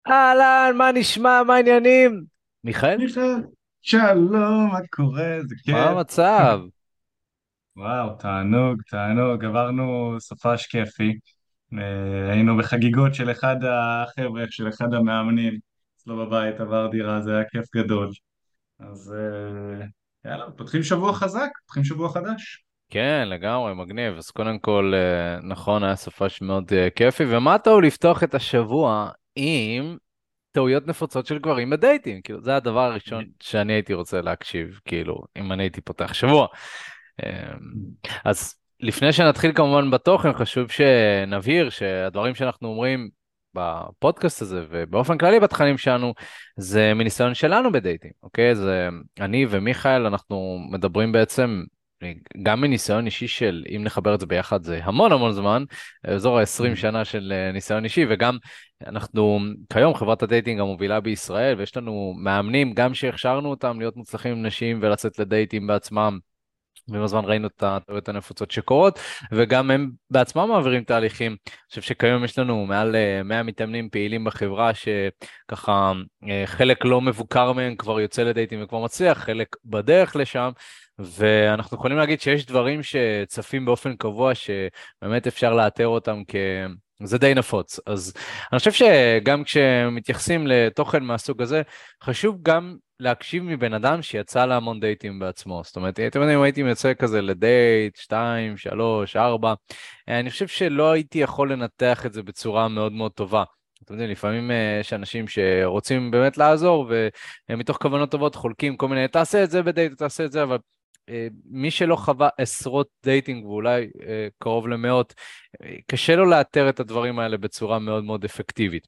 אהלן, מה נשמע, מה העניינים? מיכאל, מיכאל, שלום, מה קורה? זה מה כיף. המצב? וואו, תענוג, תענוג. עברנו סופש כיפי. היינו בחגיגות של אחד החבר'ה, של אחד המאמנים. אצלו בבית עבר דירה, זה היה כיף גדול. אז יאללה, פותחים שבוע חזק, פותחים שבוע חדש. כן, לגמרי, מגניב. אז קודם כל, נכון, היה סופש מאוד כיפי, ומה טוב לפתוח את השבוע עם טעויות נפוצות של גברים בדייטים. כאילו, זה הדבר הראשון שאני הייתי רוצה להקשיב, כאילו, אם אני הייתי פותח שבוע. אה, אז לפני שנתחיל כמובן בתוכן, חשוב שנבהיר שהדברים שאנחנו אומרים בפודקאסט הזה ובאופן כללי בתכנים שלנו, זה מניסיון שלנו בדייטים, אוקיי? זה אני ומיכאל, אנחנו מדברים בעצם גם מניסיון אישי של, אם נחבר את זה ביחד, זה המון המון זמן, אזור ה-20 שנה של ניסיון אישי, וגם אנחנו כיום חברת הדייטינג המובילה בישראל, ויש לנו מאמנים, גם שהכשרנו אותם להיות מוצלחים עם נשים ולצאת לדייטים בעצמם. ועם הזמן ראינו את הטעויות הנפוצות שקורות, וגם הם בעצמם מעבירים תהליכים. אני חושב שכיום יש לנו מעל 100 מתאמנים פעילים בחברה, שככה חלק לא מבוקר מהם כבר יוצא לדייטים וכבר מצליח, חלק בדרך לשם, ואנחנו יכולים להגיד שיש דברים שצפים באופן קבוע, שבאמת אפשר לאתר אותם זה די נפוץ. אז אני חושב שגם כשמתייחסים לתוכן מהסוג הזה, חשוב גם להקשיב מבן אדם שיצא להמון דייטים בעצמו. זאת אומרת, אתם יודעים, אם הייתי יוצא כזה לדייט, 2, 3, 4, אני חושב שלא הייתי יכול לנתח את זה בצורה מאוד מאוד טובה. אתם יודעים, לפעמים יש אנשים שרוצים באמת לעזור, ומתוך כוונות טובות חולקים כל מיני, תעשה את זה בדייט, תעשה את זה, אבל מי שלא חווה עשרות דייטינג, ואולי קרוב למאות, קשה לו לאתר את הדברים האלה בצורה מאוד מאוד אפקטיבית.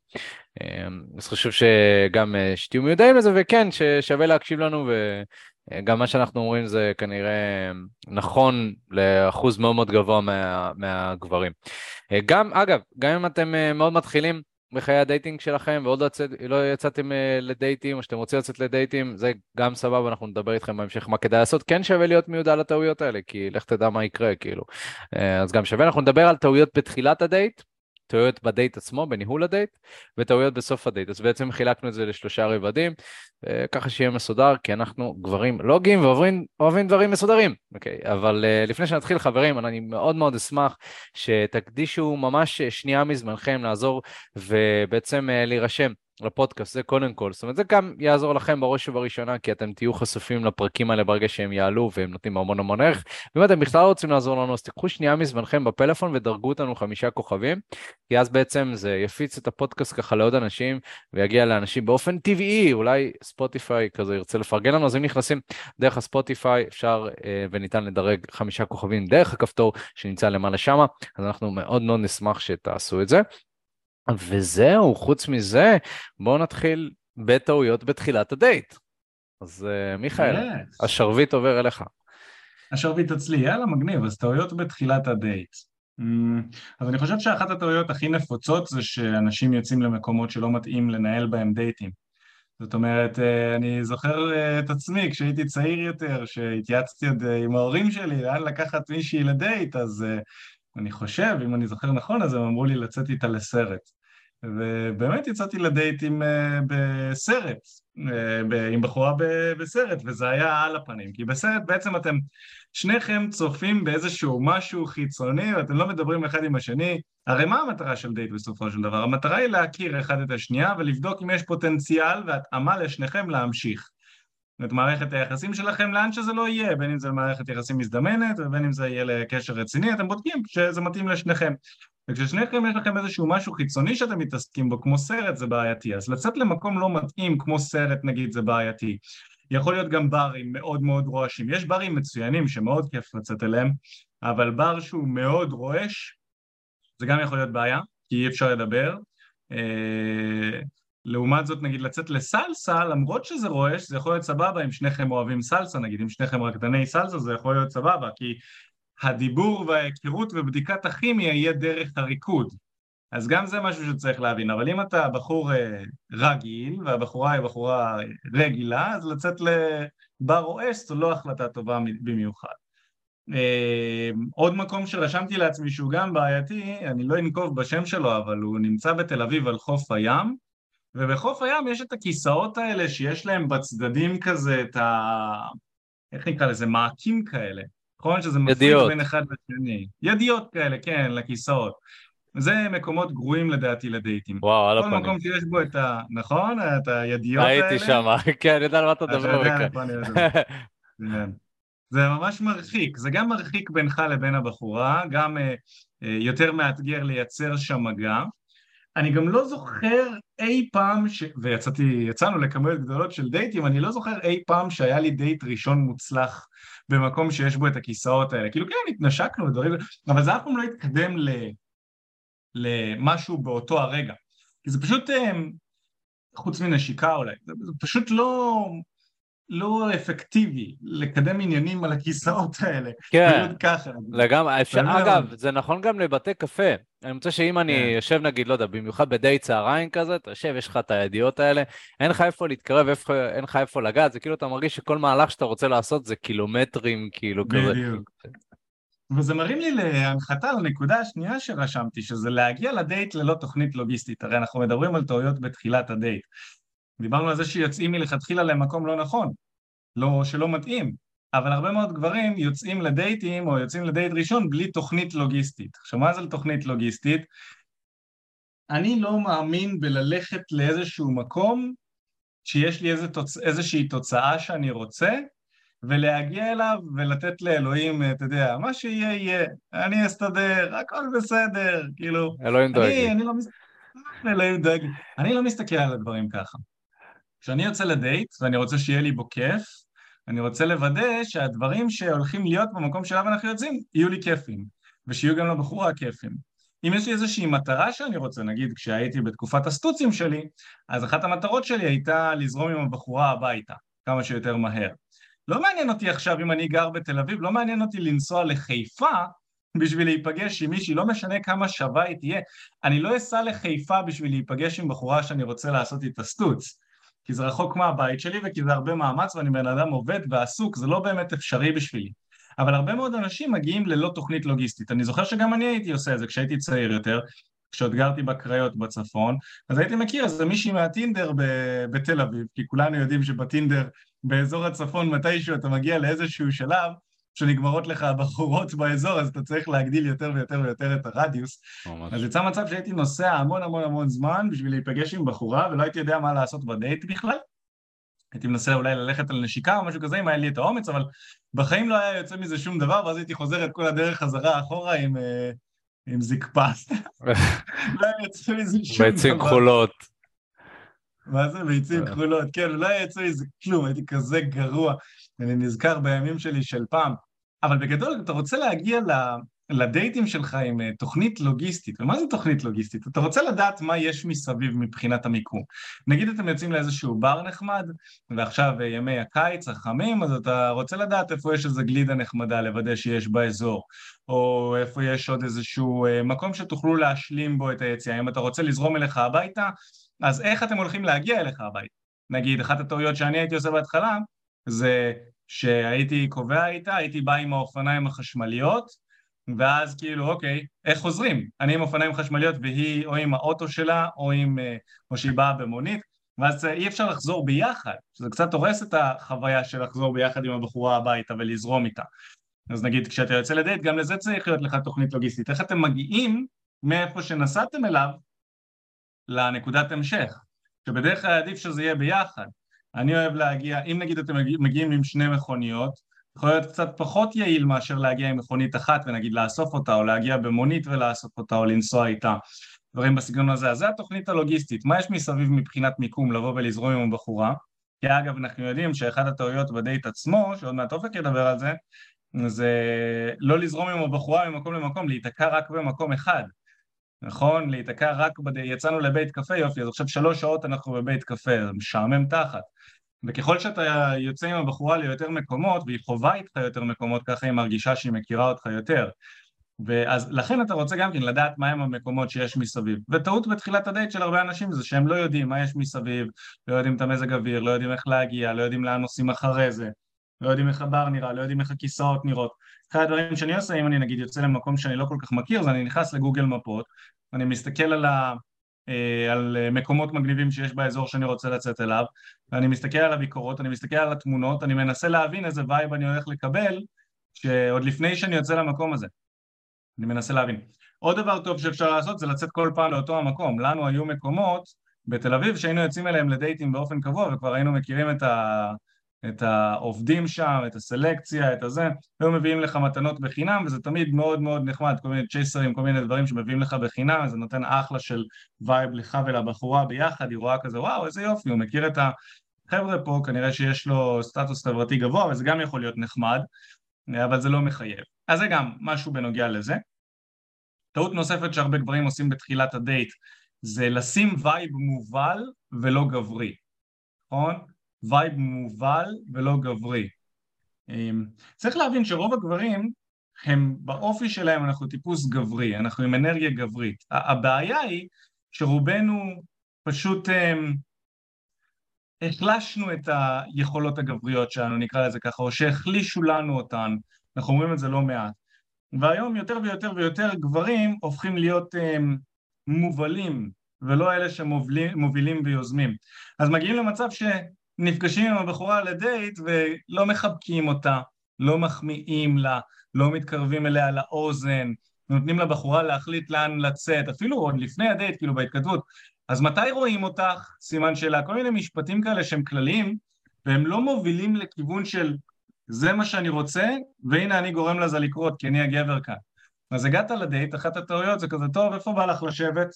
אז חשוב שגם שתהיו מיודעים לזה, וכן, ששווה להקשיב לנו, וגם מה שאנחנו אומרים זה כנראה נכון לאחוז מאוד מאוד גבוה מהגברים. גם, אגב, גם אם אתם מאוד מתחילים בחיי הדייטינג שלכם, ועוד לא יצאתם לדייטים, או שאתם רוצים לצאת לדייטים, זה גם סבבה, אנחנו נדבר איתכם בהמשך מה כדאי לעשות. כן שווה להיות מיודע לטעויות האלה, כי לך תדע מה יקרה, כאילו. אז גם שווה, אנחנו נדבר על טעויות בתחילת הדייט, טעויות בדייט עצמו, בניהול הדייט, וטעויות בסוף הדייט. אז בעצם חילקנו את זה לשלושה רבדים, ככה שיהיה מסודר, כי אנחנו גברים לוגיים ואוהבים דברים מסודרים. אוקיי, אבל לפני שנתחיל, חברים, אני מאוד מאוד אשמח שתקדישו ממש שנייה מזמנכם לעזור ובעצם להירשם לפודקאסט, זה קודם כל. זאת אומרת, זה גם יעזור לכם בראש ובראשונה, כי אתם תהיו חשופים לפרקים האלה ברגע שהם יעלו, והם נותנים המון המון ערך. ואם אתם בכלל רוצים לעזור לנו, אז תיקחו שנייה מזמנכם בפלאפון ודרגו אותנו 5 כוכבים, כי אז בעצם זה יפיץ את הפודקאסט ככה לעוד אנשים, ויגיע לאנשים באופן טבעי. אולי ספוטיפיי כזה ירצה לפרגן לנו, אז אם נכנסים דרך הספוטיפיי, אפשר וניתן לדרג 5 כוכבים דרך הכפתור שנמצא למעלה שמה, אז אנחנו מאוד מאוד נשמח שתעשו את זה. וזהו, חוץ מזה, בואו נתחיל בטעויות בתחילת הדייט. אז מיכאל, יס. השרביט עובר אליך. השרביט אצלי, יאללה, מגניב. אז טעויות בתחילת הדייט. אז אני חושב שאחת הטעויות הכי נפוצות זה שאנשים יוצאים למקומות שלא מתאים לנהל בהם דייטים. זאת אומרת, אני זוכר את עצמי כשהייתי צעיר יותר, שהתייעצתי עוד עם ההורים שלי לאן לקחת מישהי לדייט, אז אני חושב, אם אני זוכר נכון, אז הם אמרו לי לצאת איתה לסרט. ובאמת יצאתי לדייט בסרט, עם בחורה בסרט, וזה היה על הפנים, כי בסרט בעצם אתם שניכם צופים באיזשהו משהו חיצוני, ואתם לא מדברים אחד עם השני. הרי מה המטרה של דייט בסופו של דבר? המטרה היא להכיר אחד את השנייה ולבדוק אם יש פוטנציאל והתאמה לשניכם להמשיך את מערכת היחסים שלכם לאן שזה לא יהיה, בין אם זה מערכת יחסים מזדמנת ובין אם זה יהיה לקשר רציני. אתם בודקים שזה מתאים לשניכם, וכששניכם יש לכם איזשהו משהו חיצוני שאתם מתעסקים בו כמו סרט, זה בעייתי. אז לצאת למקום לא מתאים כמו סרט נגיד זה בעייתי. יכול להיות גם ברים מאוד מאוד רועשים. יש ברים מצוינים שמאוד כיף לצאת אליהם, אבל בר שהוא מאוד רועש זה גם יכול להיות בעיה, כי אי אפשר לדבר. לעומת זאת, נגיד לצאת לסלסה, למרות שזה רועש, זה יכול להיות סבבה אם שניכם אוהבים סלסה, נגיד אם שניכם רקדני סלסה, זה יכול להיות סבבה, כי הדיבור וההיכרות ובדיקת הכימיה יהיה דרך הריקוד. אז גם זה משהו שצריך להבין, אבל אם אתה בחור רגיל, והבחורה היא בחורה רגילה, אז לצאת לבר רועש זו לא החלטה טובה במיוחד. עוד מקום שרשמתי לעצמי שהוא גם בעייתי, אני לא אנקוב בשם שלו, אבל הוא נמצא בתל אביב על חוף הים, ובחוף הים יש את הכיסאות האלה שיש להם בצדדים כזה את איך נקרא לזה? מעקים כאלה. נכון שזה מפריד בין ידיעות. אחד לשני. ידיות כאלה, כן, לכיסאות. זה מקומות גרועים לדעתי לדייטים. וואו, על כל הפנים. מקום שיש בו את נכון? את הידיות הייתי האלה, שם, כן, אני יודע על מה אתה אתה מדבר יודע וכן. איפה אני מדבר. כן. זה ממש מרחיק, זה גם מרחיק בינך לבין הבחורה, גם יותר מאתגר לייצר שם מגע. אני גם לא זוכר אי פעם, יצאנו לכמויות גדולות של דייטים, אני לא זוכר אי פעם שהיה לי דייט ראשון מוצלח במקום שיש בו את הכיסאות האלה. כאילו כן, התנשקנו ודברים, אבל זה אף פעם לא התקדם למשהו באותו הרגע. כי זה פשוט, חוץ מנשיקה אולי, זה פשוט לא אפקטיבי לקדם עניינים על הכיסאות האלה, כן, פשוט ככה. לגמרי, אתה מבין אבל? אגב, זה נכון גם לבתי קפה. אני רוצה שאם אני כן, יושב, נגיד, לא יודע, במיוחד בדייט צהריים כזה, אתה יושב, יש לך את הידיעות האלה, אין לך איפה להתקרב, אין לך איפה לגעת, זה כאילו אתה מרגיש שכל מהלך שאתה רוצה לעשות זה קילומטרים, כאילו כזה. בדיוק. וזה מרים לי להנחתה לנקודה השנייה שרשמתי, שזה להגיע לדייט ללא תוכנית לוגיסטית. הרי אנחנו מדברים על טעויות בתחילת הדייט. דיברנו על זה שיוצאים מלכתחילה למקום לא נכון, שלא מתאים. אבל הרבה מאוד גברים יוצאים לדייטים או יוצאים לדייט ראשון בלי תוכנית לוגיסטית. עכשיו, מה זה תוכנית לוגיסטית? אני לא מאמין בללכת לאיזשהו מקום שיש לי איזושהי תוצאה שאני רוצה, ולהגיע אליו ולתת לאלוהים, אתה יודע, מה שיהיה יהיה, אני אסתדר, הכל בסדר, כאילו, אלוהים דואג לי. אני לא אלוהים דואג לי, אני לא מסתכל על הדברים ככה. כשאני יוצא לדייט ואני רוצה שיהיה לי בו כיף, אני רוצה לוודא שהדברים שהולכים להיות במקום שאליו אנחנו יוצאים, יהיו לי כיפים, ושיהיו גם לבחורה כיפים. אם יש לי איזושהי מטרה שאני רוצה, נגיד כשהייתי בתקופת הסטוצים שלי, אז אחת המטרות שלי הייתה לזרום עם הבחורה הביתה, כמה שיותר מהר. לא מעניין אותי עכשיו אם אני גר בתל אביב, לא מעניין אותי לנסוע לחיפה בשביל להיפגש עם מישהי, לא משנה כמה שווה היא תהיה. אני לא אסע לחיפה בשביל להיפגש עם בחורה שאני רוצה לעשות איתה סטוץ, כי זה רחוק מהבית שלי וכי זה הרבה מאמץ ואני בן אדם עובד ועסוק, זה לא באמת אפשרי בשבילי. אבל הרבה מאוד אנשים מגיעים ללא תוכנית לוגיסטית. אני זוכר שגם אני הייתי עושה את זה כשהייתי צעיר יותר, כשעוד גרתי בקריות בצפון, אז הייתי מכיר איזה מישהי מהטינדר בתל אביב, כי כולנו יודעים שבטינדר באזור הצפון מתישהו אתה מגיע לאיזשהו שלב שנגמרות לך הבחורות באזור, אז אתה צריך להגדיל יותר ויותר ויותר את הרדיוס. אז ממש. יצא מצב שהייתי נוסע המון המון המון זמן בשביל להיפגש עם בחורה, ולא הייתי יודע מה לעשות בדייט בכלל. הייתי מנסה אולי ללכת על נשיקה או משהו כזה, אם היה לי את האומץ, אבל בחיים לא היה יוצא מזה שום דבר, ואז הייתי חוזר את כל הדרך חזרה אחורה עם זקפה. לא היה יוצא מזה שום ביצים דבר. כחולות. מה זה? ביצים כחולות, כן, לא היה יצא מזה כלום, הייתי כזה גרוע. אני נזכר בימים שלי של פעם. אבל בגדול, אתה רוצה להגיע לדייטים שלך עם תוכנית לוגיסטית. ומה זה תוכנית לוגיסטית? אתה רוצה לדעת מה יש מסביב מבחינת המיקום. נגיד אתם יוצאים לאיזשהו בר נחמד, ועכשיו ימי הקיץ החמים, אז אתה רוצה לדעת איפה יש איזו גלידה נחמדה לוודא שיש באזור, או איפה יש עוד איזשהו מקום שתוכלו להשלים בו את היציאה. אם אתה רוצה לזרום אליך הביתה, אז איך אתם הולכים להגיע אליך הביתה? נגיד, אחת הטעויות שאני הייתי עושה בהתחלה, זה שהייתי קובע איתה, הייתי בא עם האופניים החשמליות, ואז כאילו, אוקיי, איך חוזרים? אני עם אופניים חשמליות והיא או עם האוטו שלה, או שהיא באה במונית, ואז אי אפשר לחזור ביחד, שזה קצת הורס את החוויה של לחזור ביחד עם הבחורה הביתה ולזרום איתה. אז נגיד, כשאתה יוצא לדייט, גם לזה צריך להיות לך תוכנית לוגיסטית. איך אתם מגיעים מאיפה שנסעתם אליו לנקודת המשך? שבדרך כלל עדיף שזה יהיה ביחד. אני אוהב להגיע, אם נגיד אתם מגיעים עם שני מכוניות, יכול להיות קצת פחות יעיל מאשר להגיע עם מכונית אחת ונגיד לאסוף אותה, או להגיע במונית ולאסוף אותה, או לנסוע איתה, דברים בסגנון הזה. אז זה התוכנית הלוגיסטית. מה יש מסביב מבחינת מיקום לבוא ולזרום עם הבחורה? כי אגב, אנחנו יודעים שאחת הטעויות בדייט עצמו, שעוד מעט אופק ידבר על זה, זה לא לזרום עם הבחורה ממקום למקום, להיתקע רק במקום אחד. נכון? להיתקע רק, יצאנו לבית קפה, יופי, אז עכשיו 3 שעות אנחנו בבית קפה, זה משעמם תחת. וככל שאתה יוצא עם הבחורה ליותר מקומות, והיא חובה איתך יותר מקומות, ככה היא מרגישה שהיא מכירה אותך יותר. ואז לכן אתה רוצה גם כן לדעת מהם המקומות שיש מסביב. וטעות בתחילת הדייט של הרבה אנשים זה שהם לא יודעים מה יש מסביב, לא יודעים את המזג אוויר, לא יודעים איך להגיע, לא יודעים לאן נוסעים אחרי זה, לא יודעים איך הבר נראה, לא יודעים איך הכיסאות נראות. אחד הדברים שאני עושה, אם אני נגיד יוצא למקום שאני לא כל כך מכיר, אז אני נכנס לגוגל מפות, אני מסתכל על על מקומות מגניבים שיש באזור שאני רוצה לצאת אליו, ואני מסתכל על הביקורות, אני מסתכל על התמונות, אני מנסה להבין איזה וייב אני הולך לקבל, שעוד לפני שאני יוצא למקום הזה, אני מנסה להבין. עוד דבר טוב שאפשר לעשות זה לצאת כל פעם לאותו המקום. לנו היו מקומות בתל אביב שהיינו יוצאים אליהם לדייטים באופן קבוע, וכבר היינו מכירים את העובדים שם, את הסלקציה, את הזה, והיו מביאים לך מתנות בחינם, וזה תמיד מאוד מאוד נחמד, כל מיני צ'ייסרים, כל מיני דברים שמביאים לך בחינם, זה נותן אחלה של וייב לך ולבחורה ביחד, היא רואה כזה, וואו, איזה יופי, הוא מכיר את החבר'ה פה, כנראה שיש לו סטטוס חברתי גבוה, וזה גם יכול להיות נחמד, אבל זה לא מחייב. אז זה גם משהו בנוגע לזה. טעות נוספת שהרבה גברים עושים בתחילת הדייט, זה לשים וייב מובל ולא גברי, נכון? וייב מובל ולא גברי. צריך להבין שרוב הגברים הם באופי שלהם, אנחנו טיפוס גברי, אנחנו עם אנרגיה גברית. הבעיה היא שרובנו פשוט החלשנו את היכולות הגבריות שלנו, נקרא לזה ככה, או שהחלישו לנו אותן, אנחנו אומרים את זה לא מעט. והיום יותר ויותר ויותר גברים הופכים להיות מובלים, ולא אלה שמובילים ויוזמים. אז מגיעים למצב שנפגשים עם הבחורה לדייט ולא מחבקים אותה, לא מחמיאים לה, לא מתקרבים אליה לאוזן, נותנים לבחורה להחליט לאן לצאת, אפילו עוד לפני הדייט, כאילו בהתכתבות. אז מתי רואים אותך? סימן שאלה, כל מיני משפטים כאלה שהם כלליים, והם לא מובילים לכיוון של זה מה שאני רוצה, והנה אני גורם לזה לקרות, כי אני הגבר כאן. אז הגעת לדייט, אחת הטעויות זה כזה, טוב, איפה בא לך לשבת?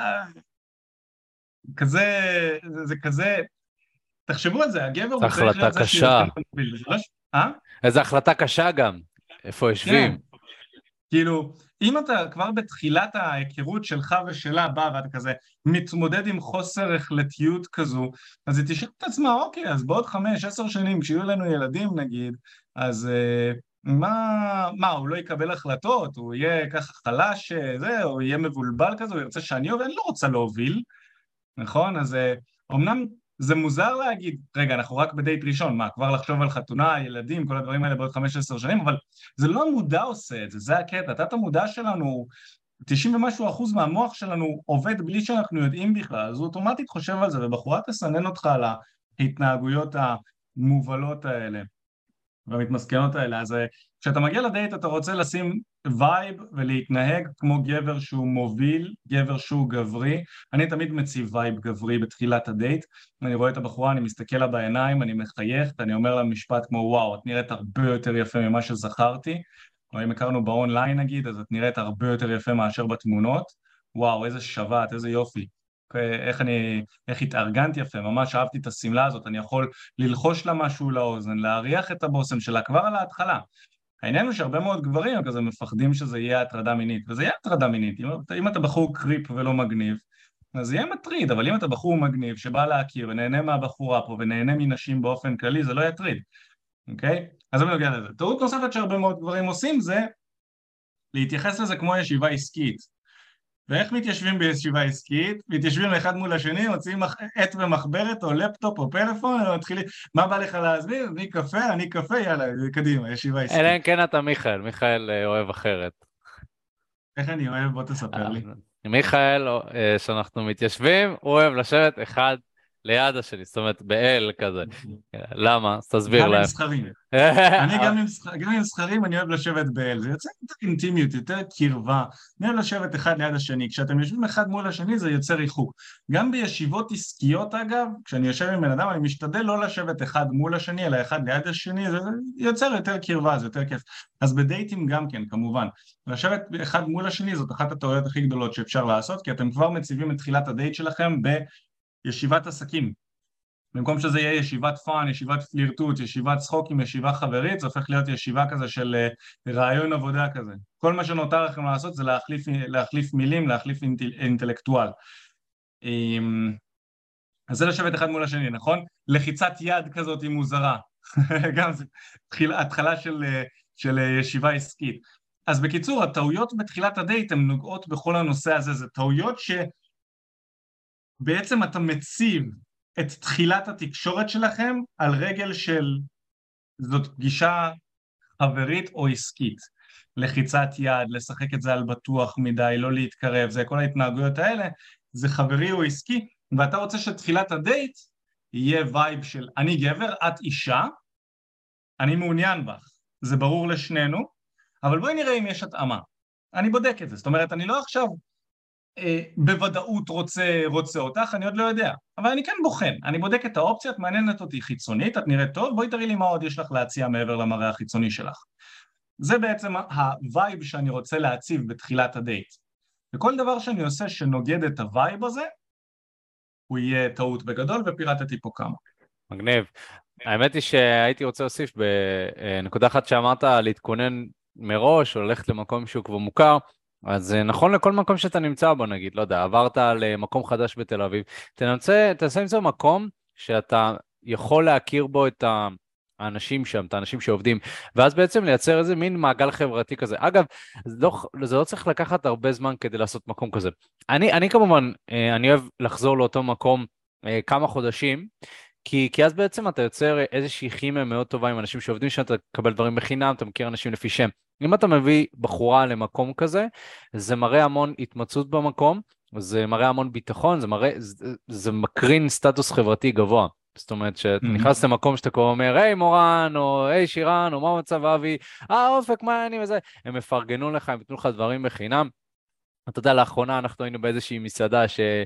כזה, זה כזה, תחשבו על זה, הגבר הוא צריך להיות זה שיוזם במקביל. איזו החלטה קשה גם, איפה יושבים. כן, כאילו, אם אתה כבר בתחילת ההיכרות שלך ושלה בא, ואתה כזה מתמודד עם חוסר החלטיות כזו, אז היא תשאל את עצמה, אוקיי, אז בעוד 5-10 שנים, כשיהיו לנו ילדים נגיד, אז מה, הוא לא יקבל החלטות, הוא יהיה ככה חלש, הוא יהיה מבולבל כזה, הוא ירצה שאני אוביל, אני לא רוצה להוביל, נכון? אז אמנם זה מוזר להגיד, רגע, אנחנו רק בדייט ראשון, מה, כבר לחשוב על חתונה, ילדים, כל הדברים האלה בעוד 15 שנים, אבל זה לא המודע עושה את זה, זה הקטע, התת המודע שלנו, 90 ומשהו אחוז מהמוח שלנו עובד בלי שאנחנו יודעים בכלל, אז הוא אוטומטית חושב על זה, ובחורה תסנן אותך על ההתנהגויות המובלות האלה, והמתמסכנות האלה, אז כשאתה מגיע לדייט אתה רוצה לשים וייב ולהתנהג כמו גבר שהוא מוביל, גבר שהוא גברי. אני תמיד מציב וייב גברי בתחילת הדייט, אני רואה את הבחורה, אני מסתכל לה בעיניים, אני מחייך, אני אומר לה משפט כמו וואו, את נראית הרבה יותר יפה ממה שזכרתי, או אם הכרנו באונליין נגיד, אז את נראית הרבה יותר יפה מאשר בתמונות, וואו, איזה שבת, איזה יופי, איך התארגנתי יפה, ממש אהבתי את הסמלה הזאת, אני יכול ללחוש לה משהו לאוזן, להריח את הבושם שלה כבר על ההתחלה. העניין הוא שהרבה מאוד גברים כזה מפחדים שזה יהיה הטרדה מינית, וזה יהיה הטרדה מינית, אם אתה בחור קריפ ולא מגניב, אז זה יהיה מטריד, אבל אם אתה בחור מגניב שבא להכיר ונהנה מהבחורה פה ונהנה מנשים באופן כללי, זה לא יטריד, אוקיי? אז אני נוגע לזה. טעות נוספת שהרבה מאוד גברים עושים זה להתייחס לזה כמו ישיבה עסקית. ואיך מתיישבים בישיבה עסקית? מתיישבים אחד מול השני, מוצאים עט ומחברת או לפטופ או פלאפון, ומתחילים, מה בא לך להסביר? אני קפה, יאללה, קדימה, ישיבה עסקית. אלא אם כן אתה מיכאל, מיכאל אוהב אחרת. איך אני אוהב? בוא תספר לי. מיכאל, שאנחנו מתיישבים, הוא אוהב לשבת אחד ליד השני, זאת אומרת באל כזה. למה? אז תסביר להם. גם עם זכרים. אני גם עם זכרים אני אוהב לשבת באל, זה יוצר יותר אינטימיות, יותר קרבה, אני אוהב לשבת אחד ליד השני, כשאתם יושבים אחד מול השני זה יוצר ריחוק. גם בישיבות עסקיות אגב, כשאני יושב עם בן אדם אני משתדל לא לשבת אחד מול השני, אלא אחד ליד השני, זה יוצר יותר קרבה, זה יותר כיף. אז בדייטים גם כן, כמובן. לשבת אחד מול השני זאת אחת הטעויות הכי גדולות שאפשר לעשות, כי אתם כבר מציבים את תחילת הדייט שלכם בישיבת עסקים. במקום שזה יהיה ישיבת פאן, ישיבת פלירטוט, ישיבת צחוקים, ישיבה חברית, זה הופך להיות ישיבה כזה של רעיון עבודה כזה. כל מה שנותר לכם לעשות זה להחליף מילים, להחליף אינטלקטואל. אז זה לשבת אחד מול השני, נכון? לחיצת יד כזאת היא מוזרה. גם זה התחלה של ישיבה עסקית. אז בקיצור, הטעויות בתחילת הדייט הן נוגעות בכל הנושא הזה, זה טעויות שבעצם אתה מציב את תחילת התקשורת שלכם על רגל של זאת פגישה חברית או עסקית, לחיצת יד, לשחק את זה על בטוח מדי, לא להתקרב, זה כל ההתנהגויות האלה, זה חברי או עסקי, ואתה רוצה שתחילת הדייט יהיה וייב של אני גבר, את אישה, אני מעוניין בך, זה ברור לשנינו, אבל בואי נראה אם יש התאמה. אני בודק את זה, זאת אומרת, אני לא עכשיו בוודאות רוצה אותך, אני עוד לא יודע, אבל אני כן בוחן, אני בודק את האופציות, מעניינת אותי חיצונית, את נראית טוב, בואי תראי לי מה עוד יש לך להציע מעבר למראה החיצוני שלך. זה בעצם הווייב שאני רוצה להציב בתחילת הדייט. וכל דבר שאני עושה שנוגד את הווייב הזה, הוא יהיה טעות בגדול, ופירטתי פה כמה. מגניב. האמת היא שהייתי רוצה להוסיף בנקודה אחת שאמרת להתכונן מראש או ללכת למקום שהוא כבר מוכר, אז נכון לכל מקום שאתה נמצא בו, נגיד, לא יודע, עברת למקום חדש בתל אביב, תנסה למצוא מקום שאתה יכול להכיר בו את האנשים שם, את האנשים שעובדים, ואז בעצם לייצר איזה מין מעגל חברתי כזה. אגב, זה לא צריך לקחת הרבה זמן כדי לעשות מקום כזה. אני כמובן, אני אוהב לחזור לאותו מקום כמה חודשים, כי אז בעצם אתה יוצר איזושהי כימיה מאוד טובה עם אנשים שעובדים שם, אתה תקבל דברים בחינם, אתה מכיר אנשים לפי שם. אם אתה מביא בחורה למקום כזה, זה מראה המון התמצאות במקום, זה מראה המון ביטחון, זה מקרין סטטוס חברתי גבוה. זאת אומרת, שאתה נכנס למקום שאתה כבר אומר, היי מורן, או היי שירן, או מה המצב אבי, אופק, מה אני וזה, הם מפרגנו לך, הם יתנו לך דברים בחינם. אתה יודע, לאחרונה אנחנו היינו באיזושהי מסעדה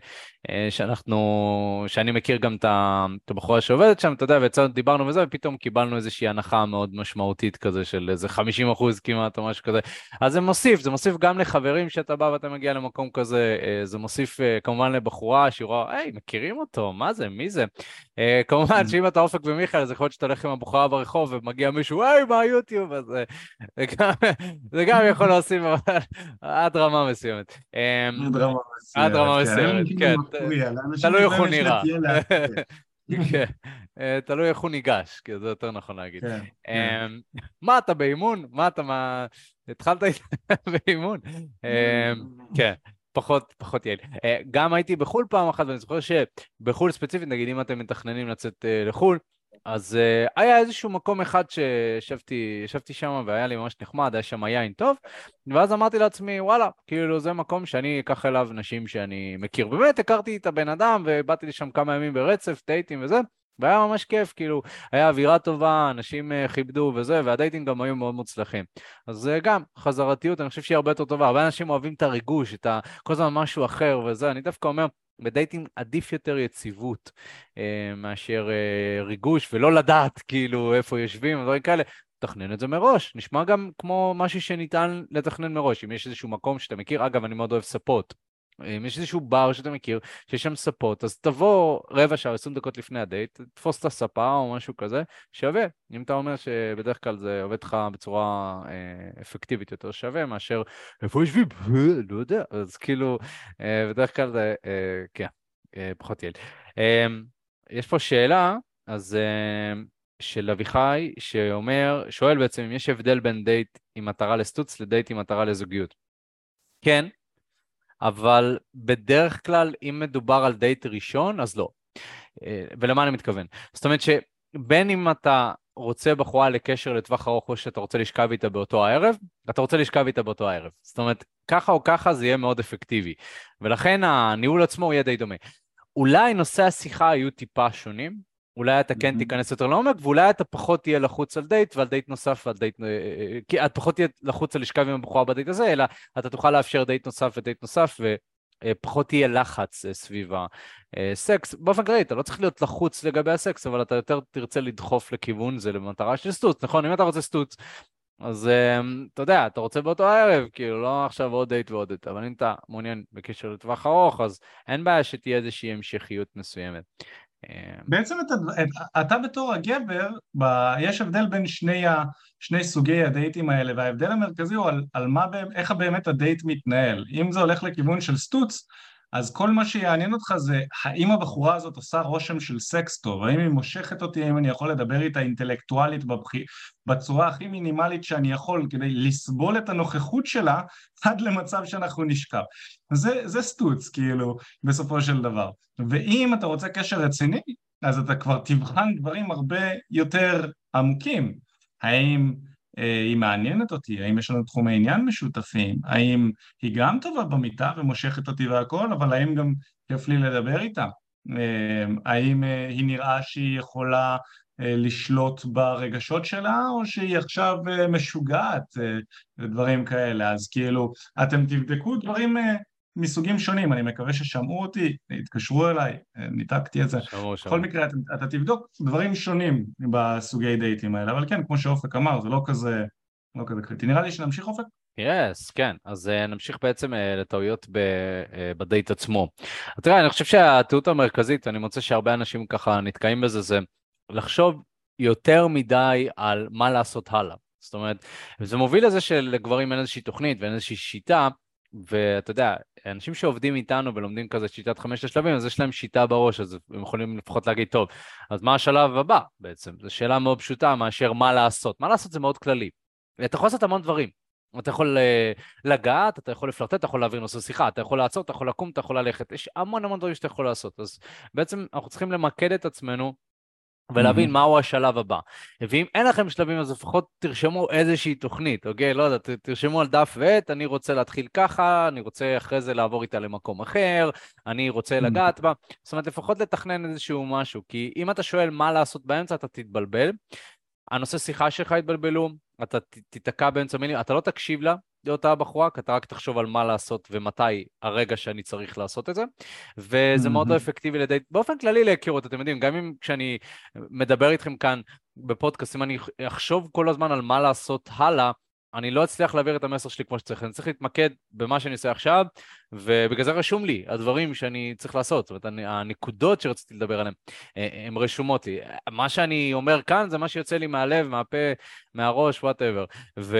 שאני מכיר גם את הבחורה שעובדת שם, אתה יודע, דיברנו וזה, ופתאום קיבלנו איזושהי הנחה מאוד משמעותית כזה, של איזה 50% כמעט או משהו כזה. אז זה מוסיף גם לחברים שאתה בא ואתה מגיע למקום כזה, זה מוסיף כמובן לבחורה שהיא רואה, היי, מכירים אותו, מה זה, מי זה? כמובן שאם אתה אופק ומיכאל, זה יכול להיות שאתה הולך עם הבחורה ברחוב ומגיע מישהו, היי, מה היוטיוב? אז זה גם יכול להוסיף עד רמה מסוימת. עד רמה מסוימת, כן. תלוי איך הוא נראה. תלוי איך הוא ניגש, כי זה יותר נכון להגיד. מה, אתה באימון? התחלת באימון? כן. פחות יעיל. גם הייתי בחול פעם אחת, ואני זוכר שבחול ספציפית, נגיד אם אתם מתכננים לצאת לחול, אז היה איזשהו מקום אחד שישבתי שם והיה לי ממש נחמד, היה שם יין טוב, ואז אמרתי לעצמי, וואלה, כאילו זה מקום שאני אקח אליו נשים שאני מכיר. באמת הכרתי את הבן אדם ובאתי לשם כמה ימים ברצף, דייטים וזה, והיה ממש כיף, כאילו, היה אווירה טובה, אנשים כיבדו וזה, והדייטים גם היו מאוד מוצלחים. אז גם, חזרתיות, אני חושב שהיא הרבה יותר טובה. הרבה אנשים אוהבים את הריגוש, כל הזמן משהו אחר וזה, אני דווקא אומר, בדייטים עדיף יותר יציבות מאשר ריגוש, ולא לדעת כאילו איפה יושבים, ודברים כאלה. תכנן את זה מראש, נשמע גם כמו משהו שניתן לתכנן מראש. אם יש איזשהו מקום שאתה מכיר, אגב, אני מאוד אוהב ספות. אם יש איזשהו בר שאתה מכיר, שיש שם ספות, אז תבוא רבע שעה, 20 דקות לפני הדייט, תפוס את הספה או משהו כזה, שווה. אם אתה אומר שבדרך כלל זה עובד לך בצורה אפקטיבית יותר, שווה מאשר, איפה יושבים? לא יודע. אז כאילו, בדרך כלל זה, כן, פחות יעיל. יש פה שאלה, אז של אביחי, שואל בעצם אם יש הבדל בין דייט עם מטרה לסטוץ לדייט עם מטרה לזוגיות. כן. אבל בדרך כלל, אם מדובר על דייט ראשון, אז לא. ולמה אני מתכוון? זאת אומרת שבין אם אתה רוצה בחורה לקשר לטווח ארוך, או שאתה רוצה לשכב איתה באותו הערב, אתה רוצה לשכב איתה באותו הערב. זאת אומרת, ככה או ככה זה יהיה מאוד אפקטיבי. ולכן הניהול עצמו יהיה די דומה. אולי נושא השיחה יהיו טיפה שונים, אולי אתה כן תיכנס יותר לעומק, ואולי אתה פחות תהיה לחוץ על דייט, ועל דייט נוסף, כי את פחות תהיה לחוץ על לשכב עם הבחורה בדייט הזה, אלא אתה תוכל לאפשר דייט נוסף ודייט נוסף, ופחות תהיה לחץ סביב הסקס. באופן כללי, אתה לא צריך להיות לחוץ לגבי הסקס, אבל אתה יותר תרצה לדחוף לכיוון זה למטרה של סטוץ, נכון? אם אתה רוצה סטוץ, אז אתה יודע, אתה רוצה באותו הערב, כאילו לא עכשיו עוד דייט ועוד דייט, אבל אם אתה מעוניין בקשר לטווח ארוך, אז אין בעיה שתהיה איזושהי המשכיות מסוימת. בעצם אתה בתור הגבר, יש הבדל בין שני סוגי הדייטים האלה, וההבדל המרכזי הוא על איך באמת הדייט מתנהל. אם זה הולך לכיוון של סטוץ, אז כל מה שיעניין אותך זה האם הבחורה הזאת עושה רושם של סקס טוב, האם היא מושכת אותי, האם אני יכול לדבר איתה אינטלקטואלית בצורה הכי מינימלית שאני יכול, כדי לסבול את הנוכחות שלה עד למצב שאנחנו נשכב. זה סטוץ, כאילו, בסופו של דבר. ואם אתה רוצה קשר רציני, אז אתה כבר תבחן דברים הרבה יותר עמוקים. האם היא מעניינת אותי, האם יש לנו תחומי עניין משותפים, האם היא גם טובה במיטה ומושכת אותי והכל, אבל האם גם כיף לי לדבר איתה, האם היא נראה שהיא יכולה לשלוט ברגשות שלה, או שהיא עכשיו משוגעת, ודברים כאלה. אז כאילו, אתם תבדקו דברים מסוגים שונים, אני מקווה ששמעו אותי, התקשרו אליי, ניתקתי את זה. שמעו, בכל שמעו. מקרה, אתה תבדוק דברים שונים בסוגי דייטים האלה, אבל כן, כמו שאופק אמר, זה לא כזה קריטי. נראה לי שנמשיך, אופק? כן. אז נמשיך בעצם לטעויות בדייט עצמו. אז תראה, אני חושב שהטעות המרכזית, אני מוצא שהרבה אנשים ככה נתקעים בזה, זה לחשוב יותר מדי על מה לעשות הלאה. זאת אומרת, זה מוביל לזה שלגברים אין איזושהי תוכנית ואין איזושהי שיטה, ואתה יודע, אנשים שעובדים איתנו ולומדים כזה שיטת 5 השלבים, אז יש להם שיטה בראש, אז הם יכולים לפחות להגיד, טוב, אז מה השלב הבא בעצם? זו שאלה מאוד פשוטה מאשר מה לעשות. מה לעשות זה מאוד כללי. אתה יכול לעשות המון דברים. אתה יכול לגעת, אתה יכול לפלרטט, אתה יכול להעביר נושא שיחה, אתה יכול לעצור, אתה יכול לקום, אתה יכול ללכת. יש המון דברים שאתה יכול לעשות. אז בעצם אנחנו צריכים למקד את עצמנו ולהבין מהו השלב הבא. ואם אין לכם שלבים, אז לפחות תרשמו איזושהי תוכנית, אוקיי? לא יודע, תרשמו על דף ועט, אני רוצה להתחיל ככה, אני רוצה אחרי זה לעבור איתה למקום אחר, אני רוצה לגעת בה. זאת אומרת, לפחות לתכנן איזשהו משהו, כי אם אתה שואל מה לעשות באמצע, אתה תתבלבל. הנושא שיחה שלך יתבלבלו, אתה תתקע באמצע מילים, אתה לא תקשיב לה, לאותה בחורה, כי אתה רק תחשוב על מה לעשות ומתי הרגע שאני צריך לעשות את זה, וזה מאוד לא אפקטיבי באופן כללי להכירות, אתם יודעים, גם אם כשאני מדבר איתכם כאן בפודקאסט, אם אני אחשוב כל הזמן על מה לעשות הלאה, אני לא אצליח להעביר את המסר שלי כמו שצריך, אני צריך להתמקד במה שאני עושה עכשיו, ובגלל זה רשום לי, הדברים שאני צריך לעשות, זאת אומרת, הנקודות שרציתי לדבר עליהן, הן רשומות לי. מה שאני אומר כאן זה מה שיוצא לי מהלב, מהפה, מהראש, whatever.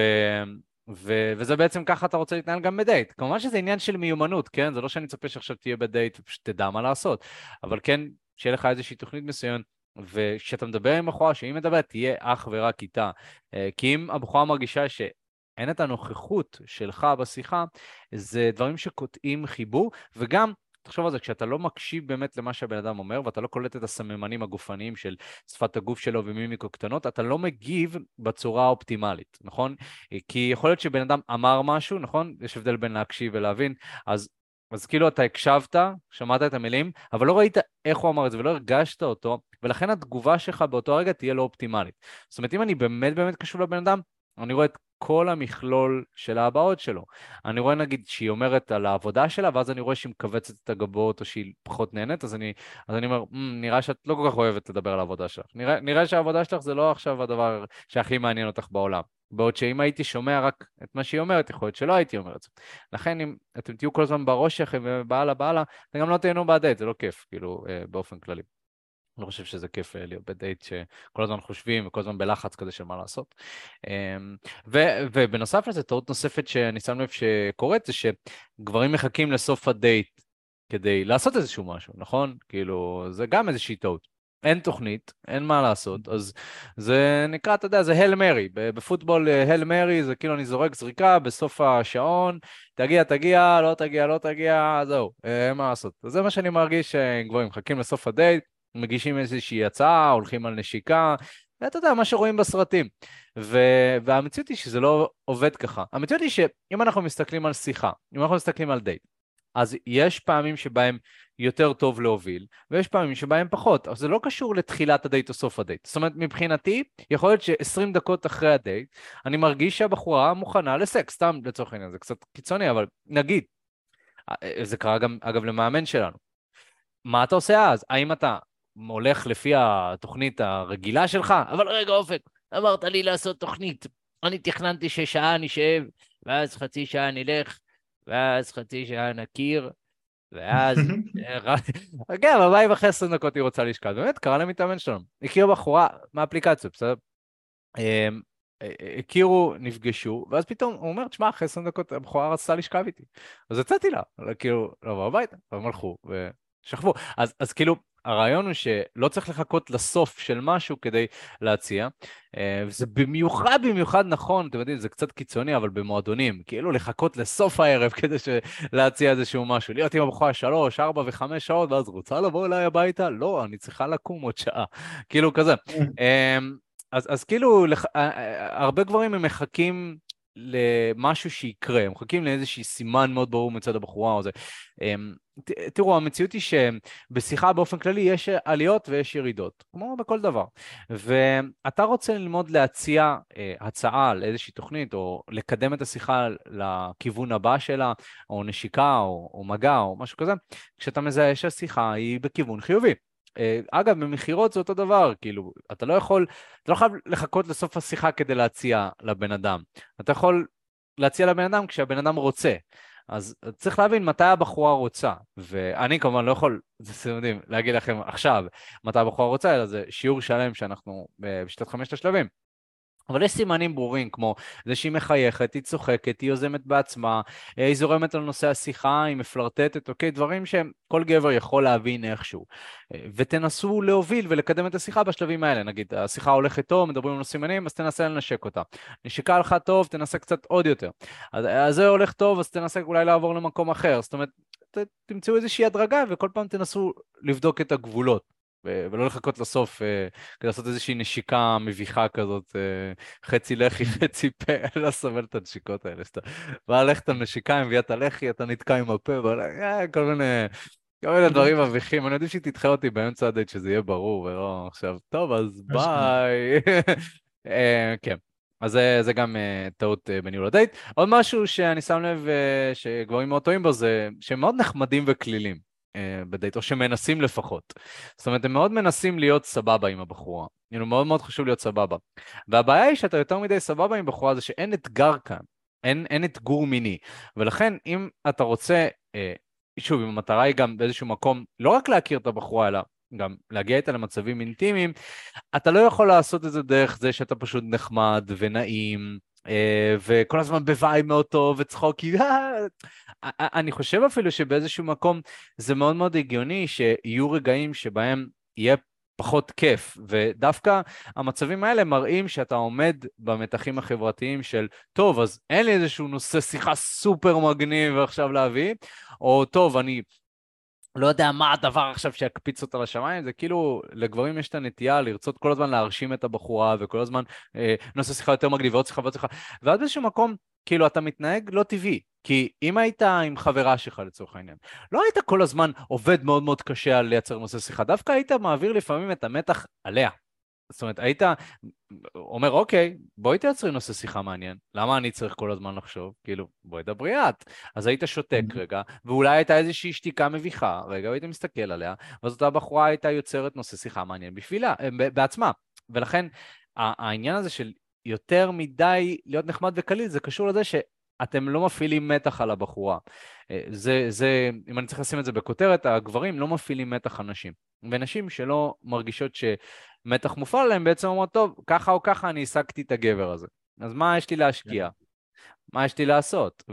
וזה בעצם ככה אתה רוצה להתנהל גם בדייט. כמובן שזה עניין של מיומנות, כן? זה לא שאני מצפה שעכשיו תהיה בדייט ופשוט תדע מה לעשות, אבל כן, שיהיה לך איזושהי תוכנית מסוימת, וכשאתה מדבר עם בחורה, שהיא מדברת, תהיה אך ורק איתה. כי אם הבחורה מרגישה שאין את הנוכחות שלך בשיחה, זה דברים שקוטעים חיבור, וגם תחשוב על זה, כשאתה לא מקשיב באמת למה שהבן אדם אומר, ואתה לא קולט את הסממנים הגופניים של שפת הגוף שלו ומימיקו קטנות, אתה לא מגיב בצורה האופטימלית, נכון? כי יכול להיות שבן אדם אמר משהו, נכון? יש הבדל בין להקשיב ולהבין, אז כאילו אתה הקשבת, שמעת את המילים, אבל לא ראית איך הוא אמר את זה ולא הרגשת אותו, ולכן התגובה שלך באותו רגע תהיה לא אופטימלית. זאת אומרת, אם אני באמת קשוב לבן אדם, אני רואה את כל המכלול של ההבעות שלו. אני רואה נגיד שהיא אומרת על העבודה שלה, ואז אני רואה שהיא מכווצת את הגבות או שהיא פחות נהנית, אז אני אומר, נראה שאת לא כל כך אוהבת לדבר על העבודה שלך. נראה שהעבודה שלך זה לא עכשיו הדבר שהכי מעניין אותך בעולם. בעוד שאם הייתי שומע רק את מה שהיא אומרת, יכול להיות שלא הייתי אומר את זה. לכן אם אתם תהיו כל הזמן בראש שלכם ובעלה, אתם גם לא תהיינו בדייט, זה לא כיף, כאילו, באופן כללי. אני לא חושב שזה כיף להיות בדייט שכל הזמן חושבים וכל הזמן בלחץ כזה של מה לעשות. ובנוסף לזה, טעות נוספת שאני שם לב שקורית, זה שגברים מחכים לסוף הדייט כדי לעשות איזשהו משהו, נכון? כאילו, זה גם איזושהי טעות. אין תוכנית, אין מה לעשות, אז זה נקרא, אתה יודע, זה הל מרי. בפוטבול הל מרי זה כאילו אני זורק זריקה בסוף השעון, תגיע, לא תגיע, זהו, אין מה לעשות. אז זה מה שאני מרגיש שגברים מחכים לסוף הדייט, מגישים איזושהי הצעה, הולכים על נשיקה, ואתה יודע, מה שרואים בסרטים. והמציאות היא שזה לא עובד ככה. המציאות היא שאם אנחנו מסתכלים על שיחה, אם אנחנו מסתכלים על דייט, אז יש פעמים שבהם יותר טוב להוביל, ויש פעמים שבהם פחות. אז זה לא קשור לתחילת הדייט או סוף הדייט. זאת אומרת, מבחינתי, יכול להיות ש20 דקות אחרי הדייט, אני מרגיש שהבחורה מוכנה לסקס, סתם לצורך העניין, זה קצת קיצוני, אבל נגיד, זה קרה גם, אגב, למאמן שלנו. מה אתה עושה אז? האם אתה הולך לפי התוכנית הרגילה שלך? אבל רגע, אופק, אמרת לי לעשות תוכנית. אני תכננתי ששעה נשב, ואז חצי שעה נלך, ואז חצי שעה נכיר, ואז... כן, אבל מה אם אחרי 20 דקות היא רוצה לשקול? באמת, קרא למתאמן שלנו. הכירו בחורה מהאפליקציה, בסדר? הכירו, נפגשו, ואז פתאום הוא אומר, תשמע, אחרי 20 דקות הבחורה רצתה לשכב איתי. אז יצאתי לה, כאילו, לבוא הביתה, והם הלכו, ושכבו. אז כאילו, הרעיון הוא שלא צריך לחכות לסוף של משהו כדי להציע, וזה במיוחד נכון, אתם יודעים, זה קצת קיצוני, אבל במועדונים, כאילו לחכות לסוף הערב כדי להציע איזשהו משהו, להיות עם הבחורה 3, 4 ו5 שעות, ואז רוצה לבוא אליי הביתה? לא, אני צריכה לקום עוד שעה, כאילו כזה. אז כאילו, הרבה גברים הם מחכים למשהו שיקרה, הם מחכים לאיזושהי סימן מאוד ברור מצד הבחורה או זה. תראו, המציאות היא שבשיחה באופן כללי יש עליות ויש ירידות, כמו בכל דבר. ואתה רוצה ללמוד להציע הצעה על איזושהי תוכנית, או לקדם את השיחה לכיוון הבא שלה, או נשיקה, או מגע, או משהו כזה, כשאתה מזהה שהשיחה היא בכיוון חיובי. אגב, במחירות זה אותו דבר, כאילו, אתה לא חייב לחכות לסוף השיחה כדי להציע לבן אדם. אתה יכול להציע לבן אדם כשהבן אדם רוצה. אז צריך להבין מתי הבחורה רוצה, ואני כמובן לא יכול, זה מדהים, להגיד לכם עכשיו מתי הבחורה רוצה, אלא זה שיעור שלם שאנחנו בשיטת 5 השלבים. אבל יש סימנים ברורים, כמו זה שהיא מחייכת, היא צוחקת, היא יוזמת בעצמה, היא זורמת על נושא השיחה, היא מפלרטטת, אוקיי? דברים שכל גבר יכול להבין איכשהו. ותנסו להוביל ולקדם את השיחה בשלבים האלה. נגיד, השיחה הולכת טוב, מדברים על נושאים מעניינים, אז תנסה לנשק אותה. נשיקה לך טוב, תנסה קצת עוד יותר. אז זה הולך טוב, אז תנסה אולי לעבור למקום אחר. זאת אומרת, תמצאו איזושהי הדרגה, וכל פעם תנסו לבדוק את הגבולות. ולא לחכות לסוף, כדי לעשות איזושהי נשיקה מביכה כזאת, חצי לחי, חצי פה, לא סובל את הנשיקות האלה, שאתה בא ללכת על נשיקה עם ביאת הלחי, אתה נתקע עם הפה, כל מיני דברים מביכים. אני יודע שהיא תדחה אותי באמצע הדייט, שזה יהיה ברור, ולא עכשיו, טוב, אז ביי. כן. אז זה גם טעות בניהול הדייט. עוד משהו שאני שם לב שגברים מאוד טועים בו, זה שהם מאוד נחמדים וכלילים. בדייט, או שמנסים לפחות. זאת אומרת, הם מאוד מנסים להיות סבבה עם הבחורה. מאוד מאוד חשוב להיות סבבה. והבעיה היא שאתה יותר מדי סבבה עם בחורה, זה שאין אתגר כאן. אין אתגור מיני. ולכן, אם אתה רוצה, שוב, אם המטרה היא גם באיזשהו מקום, לא רק להכיר את הבחורה, אלא גם להגיע איתה למצבים אינטימיים, אתה לא יכול לעשות את זה דרך זה שאתה פשוט נחמד ונעים, וכל הזמן בוואי מאוד טוב וצחוקי. אני חושב אפילו שבאיזשהו מקום זה מאוד מאוד הגיוני שיהיו רגעים שבהם יהיה פחות כיף, ודווקא המצבים האלה מראים שאתה עומד במתחים החברתיים של, טוב, אז אין לי איזשהו נושא שיחה סופר מגניב עכשיו להביא, או טוב, אני לא יודע מה הדבר עכשיו שיקפיץ אותה לשמיים, זה כאילו, לגברים יש את הנטייה לרצות כל הזמן להרשים את הבחורה, וכל הזמן נושא שיחה יותר מגניב, ועוד שיחה ועוד שיחה, ואז באיזשהו מקום, כאילו, אתה מתנהג לא טבעי, כי אם היית עם חברה שלך לצורך העניין, לא היית כל הזמן עובד מאוד מאוד קשה על לייצר נושא שיחה, דווקא היית מעביר לפעמים את המתח עליה. זאת אומרת, היית אומר, אוקיי, בואי תייצרי נושא שיחה מעניין, למה אני צריך כל הזמן לחשוב? כאילו, בואי דברי את. אז היית שותק רגע, ואולי הייתה איזושהי שתיקה מביכה, רגע, והיית מסתכל עליה, ואז אותה בחורה הייתה יוצרת נושא שיחה מעניין בשבילה, בעצמה. ולכן, העניין הזה של יותר מדי להיות נחמד וקליל, זה קשור לזה שאתם לא מפעילים מתח על הבחורה. אם אני צריך לשים את זה בכותרת, הגברים לא מפעילים מתח על נשים. ונשים שלא מרגישות שמתח מופעל עליהם, בעצם אומרות, טוב, ככה או ככה אני השגתי את הגבר הזה. אז מה יש לי להשקיע? מה יש לי לעשות?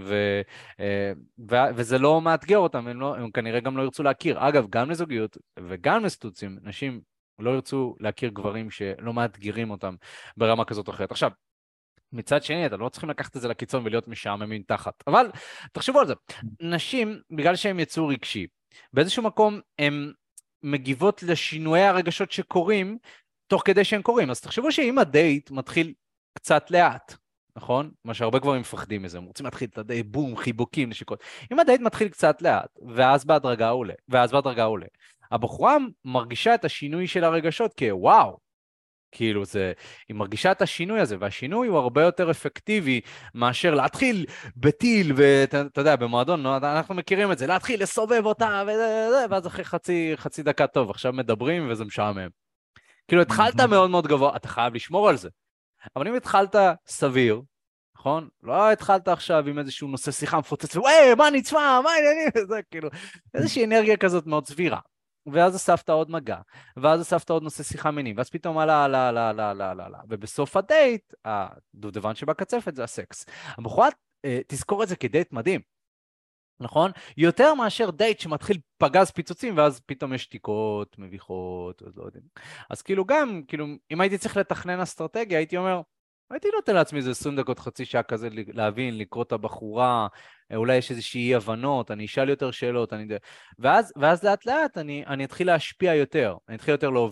וזה לא מאתגר אותם, הם כנראה גם לא ירצו להכיר. אגב, גם לזוגיות וגם לסטוצים, נשים לא ירצו להכיר גברים שלא מאתגרים אותם ברמה כזאת או אחרת. עכשיו, מצד שני, אתם לא צריכים לקחת את זה לקיצון ולהיות משעממים תחת. אבל תחשבו על זה. נשים, בגלל שהם יצאו רגשי, באיזשהו מקום הם מגיבות לשינויי הרגשות שקורים תוך כדי שהם קורים. אז תחשבו שאם הדייט מתחיל קצת לאט, נכון? מה שהרבה גברים מפחדים מזה, הם רוצים להתחיל את הדייט, בום, חיבוקים, נשיקות. אם הדייט מתחיל קצת לאט, ואז בהדרגה עולה, הבחורה מרגישה את השינוי של הרגשות כוואו, כאילו היא מרגישה את השינוי הזה, והשינוי הוא הרבה יותר אפקטיבי מאשר להתחיל בטיל, ואתה יודע, במועדון, אנחנו מכירים את זה, להתחיל לסובב אותה, ואז אחרי חצי דקה טוב, עכשיו מדברים וזה משעמם. כאילו התחלת מאוד מאוד גבוה, אתה חייב לשמור על זה. אבל אם התחלת סביר, נכון? לא התחלת עכשיו עם איזשהו נושא שיחה מפוצץ, וואי, מה נצפה, מה העניינים, זה כאילו, איזושהי אנרגיה כזאת מאוד סבירה. ואז אספת עוד מגע, ואז אספת עוד נושא שיחה מיני, ואז פתאום עלה, ובסוף הדייט, הדובדבן שבקצפת זה הסקס. הבחורה תזכור את זה כדייט מדהים, נכון? יותר מאשר דייט שמתחיל פגז פיצוצים, ואז פתאום יש שתיקות, מביכות, אז לא יודעים. אז כאילו גם, אם הייתי צריך לתכנן אסטרטגיה, הייתי אומר, הייתי נותן לעצמי איזה 20 דקות, חצי שעה כזה להבין, לקרוא את הבחורה, אולי יש איזושהי הבנות, אני אשאל יותר שאלות, ואז לאט לאט אני אתחיל להשפיע יותר, אני אתחיל יותר להוביל.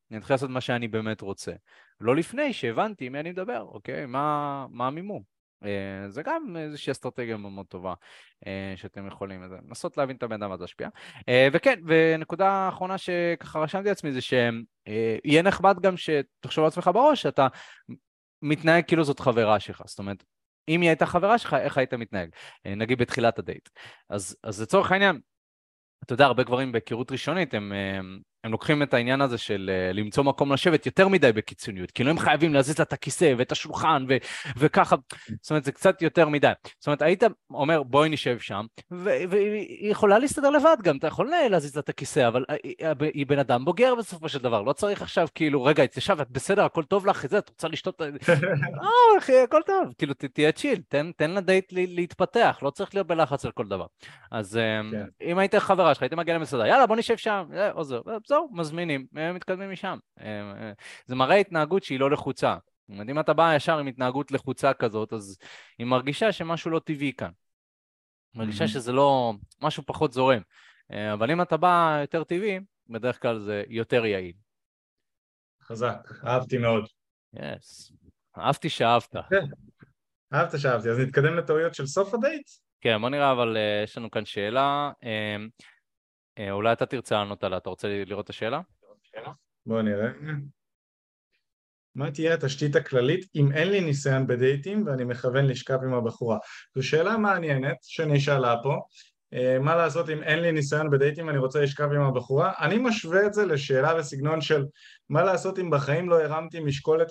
אני אתחיל לעשות מה שאני באמת רוצה. לא לפני שהבנתי עם מי אני מדבר, אוקיי? מה המימום. זה גם איזושהי אסטרטגיה מאוד מאוד טובה שאתם יכולים לנסות להבין את הבן אדם ואז להשפיע. וכן, ונקודה האחרונה שככה רשמתי לעצמי זה שיהיה נחמד גם שתחשוב על עצמך בראש שאתה מתנהג כאילו זאת חברה שלך, זאת אומרת, אם היא הייתה חברה שלך, איך היית מתנהג? נגיד בתחילת הדייט. אז לצורך העניין, אתה יודע, הרבה גברים בהיכרות ראשונית, הם לוקחים את העניין הזה של למצוא מקום לשבת יותר מדי בקיצוניות, כאילו הם חייבים להזיז לה את הכיסא ואת השולחן וככה, זאת אומרת, זה קצת יותר מדי. זאת אומרת, היית אומר, בואי נשב שם, והיא יכולה להסתדר לבד גם, אתה יכול להזיז לה את הכיסא, אבל היא בן אדם בוגר בסופו של דבר, לא צריך עכשיו כאילו, רגע, את ישב, את בסדר, הכל טוב לך, את רוצה לשתות... אחי, הכל טוב, כאילו, תהיה צ'יל, תן לדייט להתפתח, לא צריך להיות בלחץ על כל דבר. אז אם היית חברה שלך, היית מגיע למסעדה, יאללה, בוא נשב שם, עוזר, זהו, מזמינים, מתקדמים משם. זה מראה התנהגות שהיא לא לחוצה. אם אתה בא ישר עם התנהגות לחוצה כזאת, אז היא מרגישה שמשהו לא טבעי כאן. מרגישה שזה לא, משהו פחות זורם. אבל אם אתה בא יותר טבעי, בדרך כלל זה יותר יעיל. חזק, אהבתי מאוד. יס, אהבתי שאהבת. אהבת שאהבתי, אז נתקדם לטעויות של סוף הדייט? כן, בוא נראה, אבל יש לנו כאן שאלה. אולי אתה תרצה לענות עליה, אתה רוצה לראות את השאלה? בוא נראה. מה תהיה התשתית הכללית אם אין לי ניסיון בדייטים ואני מכוון לשכב עם הבחורה? זו שאלה מעניינת שנשאלה פה. מה לעשות אם אין לי ניסיון בדייטים ואני רוצה לשכב עם הבחורה? אני משווה את זה לשאלה בסגנון של מה לעשות אם בחיים לא הרמתי משקולת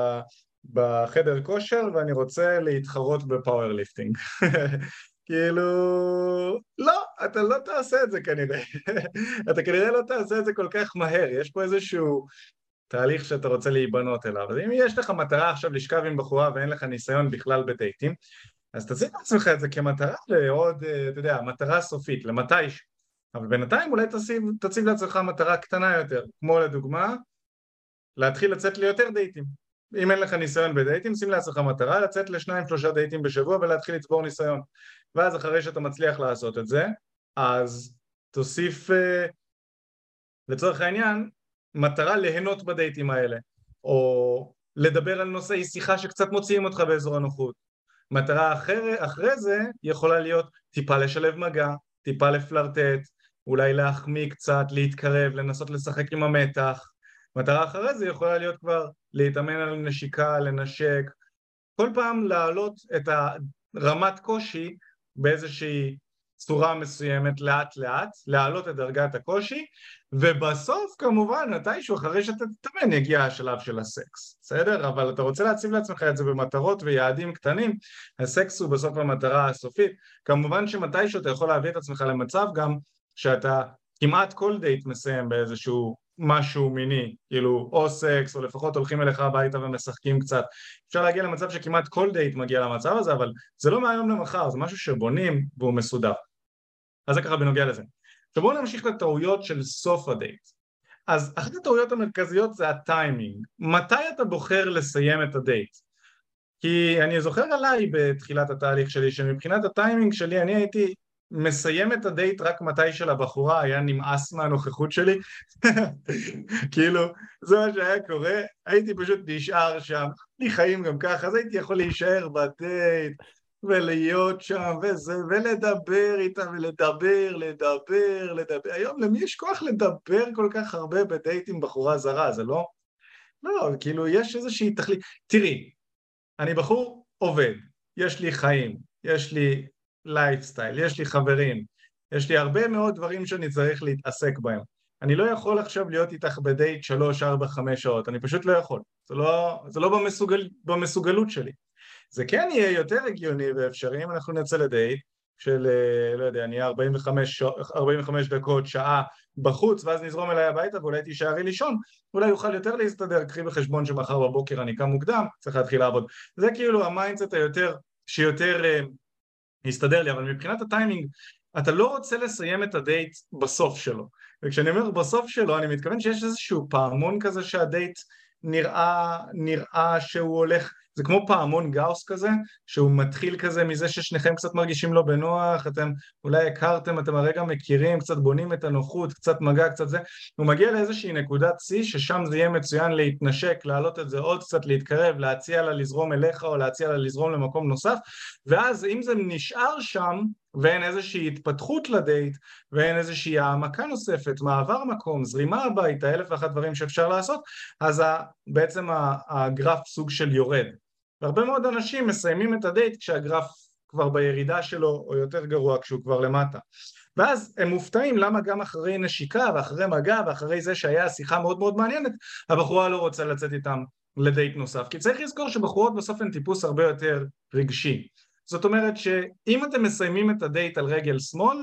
בחדר כושר ואני רוצה להתחרות בפאוורליפטינג. כאילו, לא, אתה לא תעשה את זה כנראה. אתה כנראה לא תעשה את זה כל כך מהר. יש פה איזשהו תהליך שאתה רוצה להיבנות אליו. אז אם יש לך מטרה עכשיו לשכב עם בחורה ואין לך ניסיון בכלל בדייטים, אז תציב לעצמך את זה כמטרה לעוד, אתה יודע, מטרה סופית, למתיש. אבל בינתיים אולי תציב לעצמך מטרה קטנה יותר, כמו לדוגמה, להתחיל לצאת ליותר דייטים. אם אין לך ניסיון בדייטים, שים לעצמך מטרה לצאת ל2-3 דייטים בשבוע ולהתחיל לצבור ניסיון. ואז אחרי שאתה מצליח לעשות את זה, אז תוסיף, לצורך העניין, מטרה ליהנות בדייטים האלה, או לדבר על נושאי שיחה שקצת מוציאים אותך באזור הנוחות. מטרה אחרי זה יכולה להיות טיפה לשלב מגע, טיפה לפלרטט, אולי להחמיא קצת, להתקרב, לנסות לשחק עם המתח. מטרה אחרי זה יכולה להיות כבר להתאמן על נשיקה, לנשק, כל פעם להעלות את הרמת קושי באיזושהי צורה מסוימת לאט לאט, להעלות את דרגת הקושי, ובסוף כמובן מתישהו אחרי שאתה תתאמן יגיע השלב של הסקס, בסדר? אבל אתה רוצה להציב לעצמך את זה במטרות ויעדים קטנים, הסקס הוא בסוף המטרה הסופית, כמובן שמתישהו אתה יכול להביא את עצמך למצב גם שאתה כמעט כל דייט מסיים באיזשהו משהו מיני, כאילו או סקס או לפחות הולכים אליך הביתה ומשחקים קצת, אפשר להגיע למצב שכמעט כל דייט מגיע למצב הזה, אבל זה לא מהיום למחר, זה משהו שבונים והוא מסודר. אז זה ככה בנוגע לזה. עכשיו בואו נמשיך לטעויות של סוף הדייט. אז אחת הטעויות המרכזיות זה הטיימינג. מתי אתה בוחר לסיים את הדייט? כי אני זוכר עליי בתחילת התהליך שלי, שמבחינת הטיימינג שלי אני הייתי מסיים את הדייט רק מתי שלבחורה היה נמאס מהנוכחות שלי. כאילו זה מה שהיה קורה, הייתי פשוט נשאר שם, לי חיים גם ככה, אז הייתי יכול להישאר בדייט ולהיות שם וזה, ולדבר איתה ולדבר. היום למי יש כוח לדבר כל כך הרבה בדייט עם בחורה זרה? זה לא? לא, כאילו יש איזושהי תכלית. תראי, אני בחור עובד, יש לי חיים, יש לי לייפסטייל, יש לי חברים, יש לי הרבה מאוד דברים שאני צריך להתעסק בהם. אני לא יכול עכשיו להיות איתך בדייט 3, 4, 5 שעות, אני פשוט לא יכול. זה לא במסוגלות שלי. זה כן יהיה יותר הגיוני ואפשרי אם אנחנו נצא לדייט של, לא יודע, נהיה 45 דקות, שעה בחוץ, ואז נזרום אליי הביתה ואולי תישארי לישון, אולי יוכל יותר להסתדר, קחי בחשבון שמחר בבוקר אני קם מוקדם, צריך להתחיל לעבוד. זה כאילו המיינדסט שיותר יסתדר לי, אבל מבחינת הטיימינג, אתה לא רוצה לסיים את הדייט בסוף שלו. וכשאני אומר בסוף שלו, אני מתכוון שיש איזשהו פעמון כזה שהדייט נראה שהוא הולך, זה כמו פעמון גאוס כזה, שהוא מתחיל כזה מזה ששניכם קצת מרגישים לא בנוח, אתם אולי הכרתם, אתם הרגע מכירים, קצת בונים את הנוחות, קצת מגע, קצת זה, הוא מגיע לאיזושהי נקודת שיא, ששם זה יהיה מצוין להתנשק, להעלות את זה עוד קצת, להתקרב, להציע לה לזרום אליך, או להציע לה לזרום למקום נוסף, ואז אם זה נשאר שם, ואין איזושהי התפתחות לדייט, ואין איזושהי העמקה נוספת, מעבר מקום, זרימה הביתה, אלף ואחת דברים שאפשר לעשות, אז בעצם הגרף סוג של יורד. והרבה מאוד אנשים מסיימים את הדייט כשהגרף כבר בירידה שלו, או יותר גרוע כשהוא כבר למטה. ואז הם מופתעים למה גם אחרי נשיקה, ואחרי מגע, ואחרי זה שהיה שיחה מאוד מאוד מעניינת, הבחורה לא רוצה לצאת איתם לדייט נוסף. כי צריך לזכור שבחורות בסוף הן טיפוס הרבה יותר רגשי. זאת אומרת שאם אתם מסיימים את הדייט על רגל שמאל,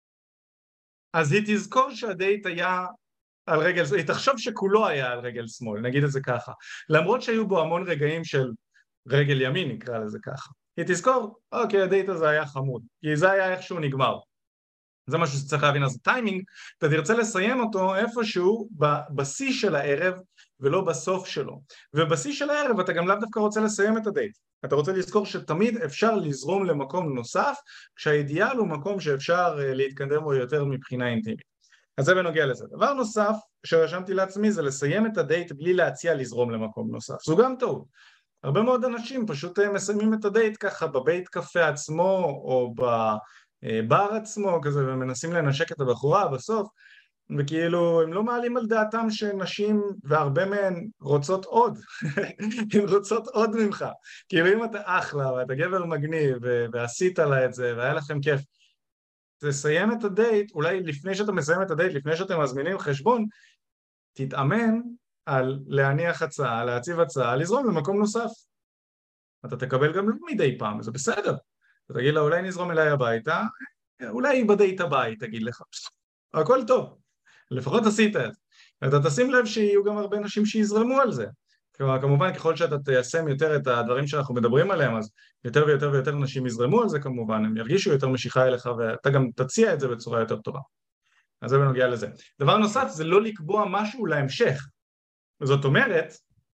אז היא תזכור שהדייט היה על רגל, היא תחשוב שכולו היה על רגל שמאל, נגיד את זה ככה. למרות שהיו בו המון רגעים של רגל ימין, נקרא לזה ככה. היא תזכור, אוקיי, הדייט הזה היה חמוד, כי זה היה איכשהו נגמר. זה משהו שצריך להבין, אז טיימינג, אתה תרצה לסיים אותו איפשהו בשיא של הערב, ולא בסוף שלו. ובשיא של הערב אתה גם לאו דווקא רוצה לסיים את הדייט. אתה רוצה לזכור שתמיד אפשר לזרום למקום נוסף, כשהאידיאל הוא מקום שאפשר להתקדם בו יותר מבחינה אינטימית. אז זה בנוגע לזה. דבר נוסף שרשמתי לעצמי זה לסיים את הדייט בלי להציע לזרום למקום נוסף. זו גם טעות. הרבה מאוד אנשים פשוט מסיימים את הדייט ככה בבית קפה עצמו, או בבר עצמו כזה, ומנסים לנשק את הבחורה בסוף, וכאילו הם לא מעלים על דעתם שנשים והרבה מהן רוצות עוד, הן רוצות עוד ממך, כאילו אם אתה אחלה ואתה גבר מגניב ועשית לה את זה והיה לכם כיף, תסיים את הדייט, אולי לפני שאתה מסיים את הדייט, לפני שאתם מזמינים חשבון, תתאמן על להניח הצעה, להציב הצעה, לזרום למקום נוסף. אתה תקבל גם מדי פעם, זה בסדר. אתה תגיד לה, אולי נזרום אליי הביתה, אולי בדייט הבא היא תגיד לך, הכל טוב, לפחות עשית את זה. ואתה תשים לב שיהיו גם הרבה נשים שיזרמו על זה. כמובן, ככל שאתה תיישם יותר את הדברים שאנחנו מדברים עליהם, אז יותר ויותר ויותר נשים יזרמו על זה כמובן, הם ירגישו יותר משיכה אליך, ואתה גם תציע את זה בצורה יותר טובה. אז זה בנוגע לזה. דבר נוסף, זה לא לקבוע משהו להמשך. זאת אומרת,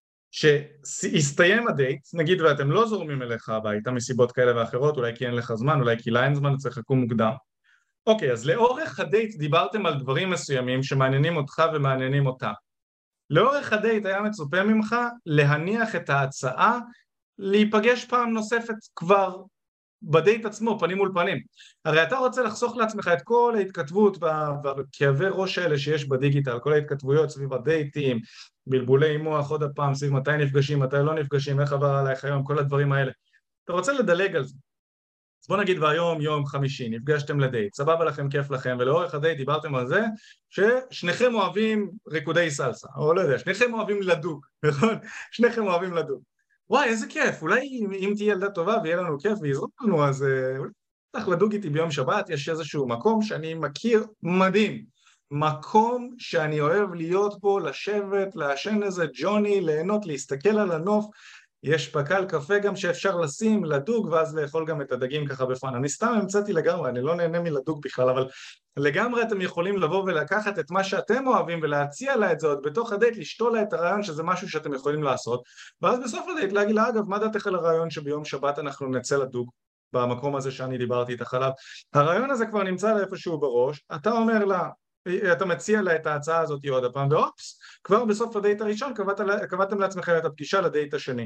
שיסתיים הדייט, נגיד ואתם לא זורמים אליך הביתה מסיבות כאלה ואחרות, אולי כי אין לך זמן, אולי כי לה אין זמן, צריך לקום מוקדם. אוקיי, אז לאורך הדייט דיברתם על דברים מסוימים שמעניינים אותך ומעניינים אותה. לאורך הדייט היה מצופה ממך להניח את ההצעה, להיפגש פעם נוספת כבר בדייט עצמו, פנים מול פנים. הרי אתה רוצה לחסוך לעצמך את כל ההתכתבות והכאבי ראש האלה שיש בדיגיטל, כל ההתכתבויות סביב הדייטים, בלבולי מוח עוד הפעם, סביב מתי נפגשים, מתי לא נפגשים, איך עבר עלייך היום, כל הדברים האלה. אתה רוצה לדלג על זה. אז בוא נגיד והיום יום חמישי, נפגשתם לדייט, סבבה לכם, כיף לכם, ולאורך הדייט דיברתם על זה ששניכם אוהבים ריקודי סלסה, או לא יודע, שניכם אוהבים לדוג, נכון? שניכם אוהבים לדוג. וואי, איזה כיף, אולי אם תהיה ילדה טובה ויהיה לנו כיף ויזרוק לנו, אז אולי תלך לדוג איתי ביום שבת, יש איזשהו מקום שאני מכיר מדהים, מקום שאני אוהב להיות בו, לשבת, לעשן איזה ג'וני, ליהנות, להסתכל על הנוף, יש פקל קפה גם שאפשר לשים לדוג ואז לאכול גם את הדגים ככה בפן. אני סתם המצאתי לגמרי, אני לא נהנה מלדוג בכלל, אבל לגמרי אתם יכולים לבוא ולקחת את מה שאתם אוהבים ולהציע לה את זה עוד בתוך הדייט, לשתול לה את הרעיון שזה משהו שאתם יכולים לעשות, ואז בסוף הדייט להגיד לה, אגב, מה דעתך על הרעיון שביום שבת אנחנו נצא לדוג במקום הזה שאני דיברתי איתך עליו? הרעיון הזה כבר נמצא לה איפשהו בראש, אתה אומר לה, אתה מציע לה את ההצעה הזאת עוד הפעם, ואופס, כבר בסוף הדייט הראשון קבעתם לעצמכם את הפגישה לדייט השני.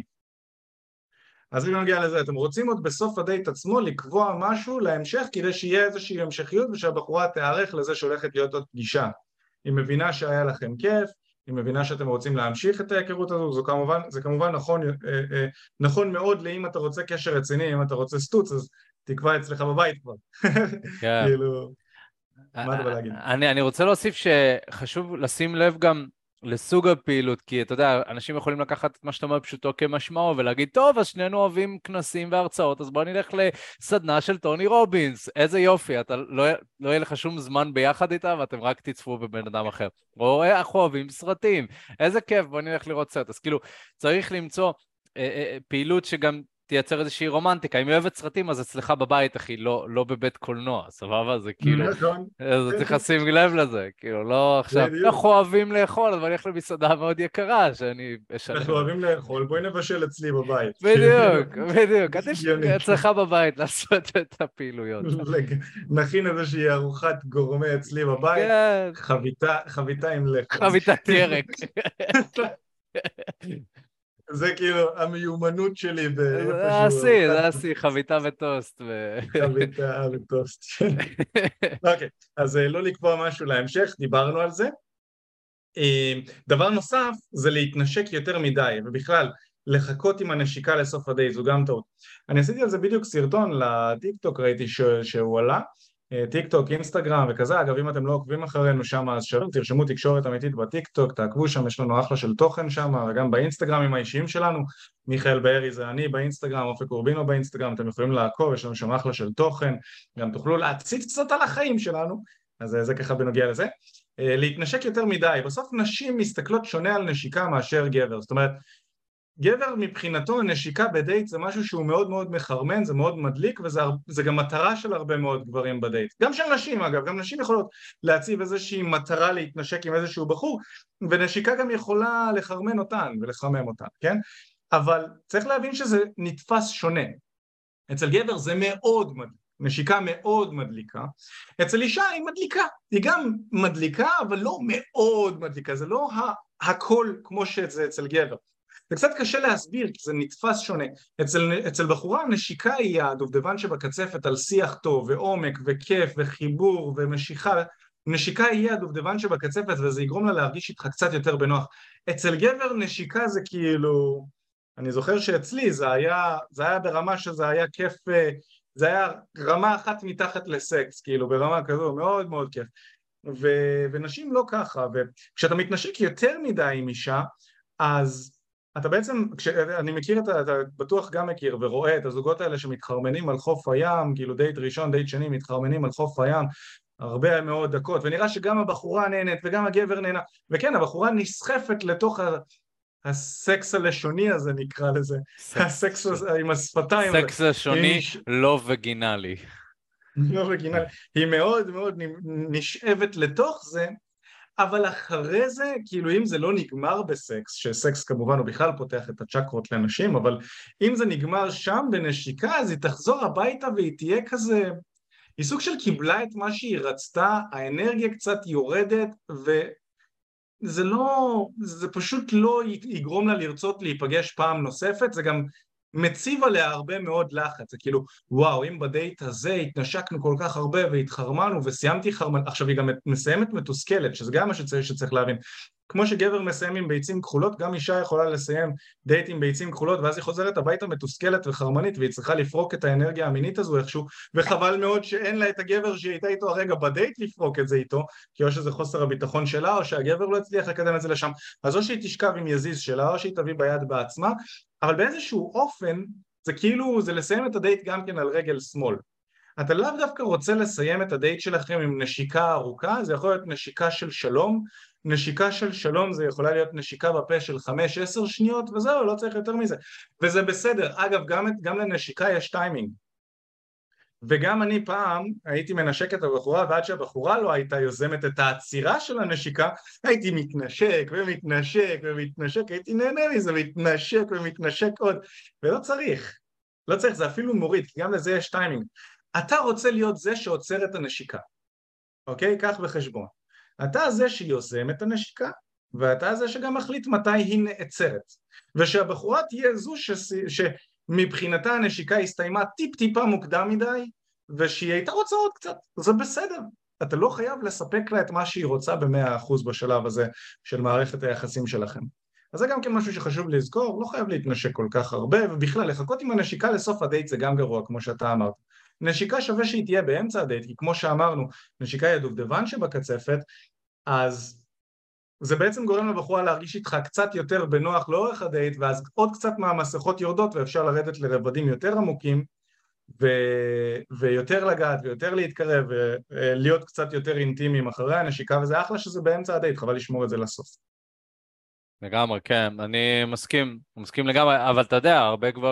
אז אם נגיע לזה, אתם רוצים עוד בסוף הדייט עצמו לקבוע משהו להמשך כדי שיהיה איזושהי המשכיות ושהבחורה תיערך לזה שהולכת להיות עוד פגישה. היא מבינה שהיה לכם כיף, היא מבינה שאתם רוצים להמשיך את ההיכרות הזו, זה כמובן נכון מאוד לאם אתה רוצה קשר רציני, אם אתה רוצה סטוץ, אז תקבע אצלך בבית כבר. כאילו, מה אתה בא להגיד? אני רוצה להוסיף שחשוב לשים לב גם לסוג הפעילות, כי אתה יודע, אנשים יכולים לקחת את מה שאתה אומר פשוטו כמשמעו ולהגיד, טוב, אז שנינו אוהבים כנסים והרצאות, אז בוא נלך לסדנה של טוני רובינס, איזה יופי, אתה לא יהיה לך שום זמן ביחד איתה, ואתם רק תצפו בבן אדם אחר. או אנחנו אוהבים סרטים, איזה כיף, בוא נלך לראות סרט. אז כאילו, צריך למצוא פעילות שגם תייצר איזושהי רומנטיקה. אם היא אוהבת סרטים, אז אצלך בבית, אחי, לא בבית קולנוע, סבבה? זה כאילו, נכון. אז צריך לשים לב לזה, כאילו, לא עכשיו, בדיוק. אנחנו אוהבים לאכול, אבל אני הולך למסעדה מאוד יקרה, שאני אנחנו אשלם. אוהבים לאכול, בואי נבשל אצלי בבית. בדיוק, בדיוק. זה עדיף הגיוני. אצלך בבית לעשות את הפעילויות. נכין איזושהי ארוחת גורמה אצלי בבית, כן, חביתה עם לחם. חביתת ירק. זה כאילו המיומנות שלי באיפשהו זה השיא, חביתה וטוסט. חביתה וטוסט. אוקיי, אז לא לקבוע משהו להמשך, דיברנו על זה. דבר נוסף זה להתנשק יותר מדי, ובכלל לחכות עם הנשיקה לסוף הדייט, זו גם טעות. אני עשיתי על זה בדיוק סרטון לטיקטוק, ראיתי שהוא עלה, טיקטוק, אינסטגרם וכזה. אגב, אם אתם לא עוקבים אחרינו שם, אז שלום, תרשמו תקשורת אמיתית בטיקטוק, תעקבו שם, יש לנו אחלה של תוכן שם, וגם באינסטגרמים האישיים שלנו, מיכאל בארי זה אני באינסטגרם, אופק קורבינו באינסטגרם, אתם יכולים לעקוב, יש לנו שם אחלה של תוכן, גם תוכלו להציץ קצת על החיים שלנו, אז זה ככה בנוגע לזה. להתנשק יותר מדי, בסוף נשים מסתכלות שונה על נשיקה מאשר גבר, זאת אומרת, גבר מבחינתו נשיקה בדייט זה משהו שהוא מאוד מאוד מחרמן, זה מאוד מדליק, וזה גם מטרה של הרבה מאוד גברים בדייט, גם של נשים אגב, גם נשים יכולות להציב איזושהי מטרה להתנשק עם איזשהו בחור, ונשיקה גם יכולה לחרמן אותן ולחמם אותן, כן? אבל צריך להבין שזה נתפס שונה, אצל גבר זה מאוד מדליק, נשיקה מאוד מדליקה, אצל אישה היא מדליקה, היא גם מדליקה אבל לא מאוד מדליקה, זה לא הכל כמו שזה אצל גבר, זה קצת קשה להסביר כי זה נתפס שונה. אצל בחורה נשיקה היא הדובדבן שבקצפת על שיח טוב ועומק וכיף וחיבור ומשיכה, נשיקה היא הדובדבן שבקצפת וזה יגרום לה להרגיש איתך קצת יותר בנוח. אצל גבר נשיקה זה כאילו, אני זוכר שאצלי זה היה ברמה שזה היה כיף, זה היה רמה אחת מתחת לסקס, כאילו ברמה כזו מאוד מאוד כיף, ונשים לא ככה, וכשאתה מתנשק יותר מדי עם אישה, אז אתה בעצם, אני מכיר, אתה בטוח גם מכיר ורואה את הזוגות האלה שמתחרמנים על חוף הים, כאילו דייט ראשון, דייט שני, מתחרמנים על חוף הים הרבה מאוד דקות, ונראה שגם הבחורה נהנית וגם הגבר נהנה, וכן, הבחורה נסחפת לתוך הסקס הלשוני הזה נקרא לזה, הסקס עם השפתיים, סקס לשוני לא וגינלי. לא וגינלי, היא מאוד מאוד נשאבת לתוך זה, אבל אחרי זה, כאילו אם זה לא נגמר בסקס, שסקס כמובן הוא בכלל פותח את הצ'קרות לאנשים, אבל אם זה נגמר שם בנשיקה, אז היא תחזור הביתה והיא תהיה כזה, היא סוג של קיבלה את מה שהיא רצתה, האנרגיה קצת יורדת, וזה לא, זה פשוט לא יגרום לה לרצות להיפגש פעם נוספת, זה גם מציב עליה הרבה מאוד לחץ, זה כאילו וואו אם בדייט הזה התנשקנו כל כך הרבה והתחרמנו וסיימתי חרמן, עכשיו היא גם מסיימת מתוסכלת, שזה גם מה שצריך להבין, כמו שגבר מסיים עם ביצים כחולות, גם אישה יכולה לסיים דייט עם ביצים כחולות ואז היא חוזרת הביתה מתוסכלת וחרמנית והיא צריכה לפרוק את האנרגיה המינית הזו איכשהו, וחבל מאוד שאין לה את הגבר שהיא הייתה איתו הרגע בדייט לפרוק את זה איתו, כי או שזה חוסר הביטחון שלה או שהגבר לא הצליח לקדם את זה לשם, אז או שהיא תשכב עם יזיז שלה או שהיא תביא ביד בעצמה, אבל באיזשהו אופן זה כאילו זה לסיים את הדייט גם כן על רגל שמאל, אתה לאו דווקא רוצה לסיים את הדייט שלכם עם נשיקה ארוכה, זה יכול להיות נשיקה של שלום, נשיקה של שלום זה יכולה להיות נשיקה בפה של 5-10 שניות וזהו, לא צריך יותר מזה, וזה בסדר. אגב גם לנשיקה יש טיימינג, וגם אני פעם הייתי מנשק את הבחורה ועד שהבחורה לא הייתה יוזמת את העצירה של הנשיקה הייתי מתנשק ומתנשק ומתנשק, הייתי נהנה מזה, מתנשק ומתנשק עוד, ולא צריך, לא צריך, זה אפילו מוריד, כי גם לזה יש טיימינג. אתה רוצה להיות זה שעוצר את הנשיקה, אוקיי? קח בחשבון, אתה זה שיוזם את הנשיקה ואתה זה שגם מחליט מתי היא נעצרת, ושהבחורה תהיה זו שמבחינתה הנשיקה הסתיימה טיפה מוקדם מדי ושהיא הייתה רוצה עוד קצת, זה בסדר, אתה לא חייב לספק לה את מה שהיא רוצה ב100% בשלב הזה של מערכת היחסים שלכם. אז זה גם כן משהו שחשוב לזכור, לא חייב להתנשק כל כך הרבה, ובכלל לחכות עם הנשיקה לסוף הדייט זה גם גרוע כמו שאתה אמרת. נשיקה שווה שהיא תהיה באמצע הדייט, כי כמו שאמרנו, נשיקה היא הדובדבן שבקצפת, אז זה בעצם גורם לבחורה להרגיש איתך קצת יותר בנוח לאורך הדייט, ואז עוד קצת מהמסכות יורדות ואפשר לרדת לרבדים יותר עמוקים, ויותר לגעת ויותר להתקרב ולהיות קצת יותר אינטימיים אחרי הנשיקה, וזה אחלה שזה באמצע הדייט, חבל לשמור את זה לסוף. לגמרי, כן, אני מסכים לגמרי, אבל אתה יודע, הרבה גברים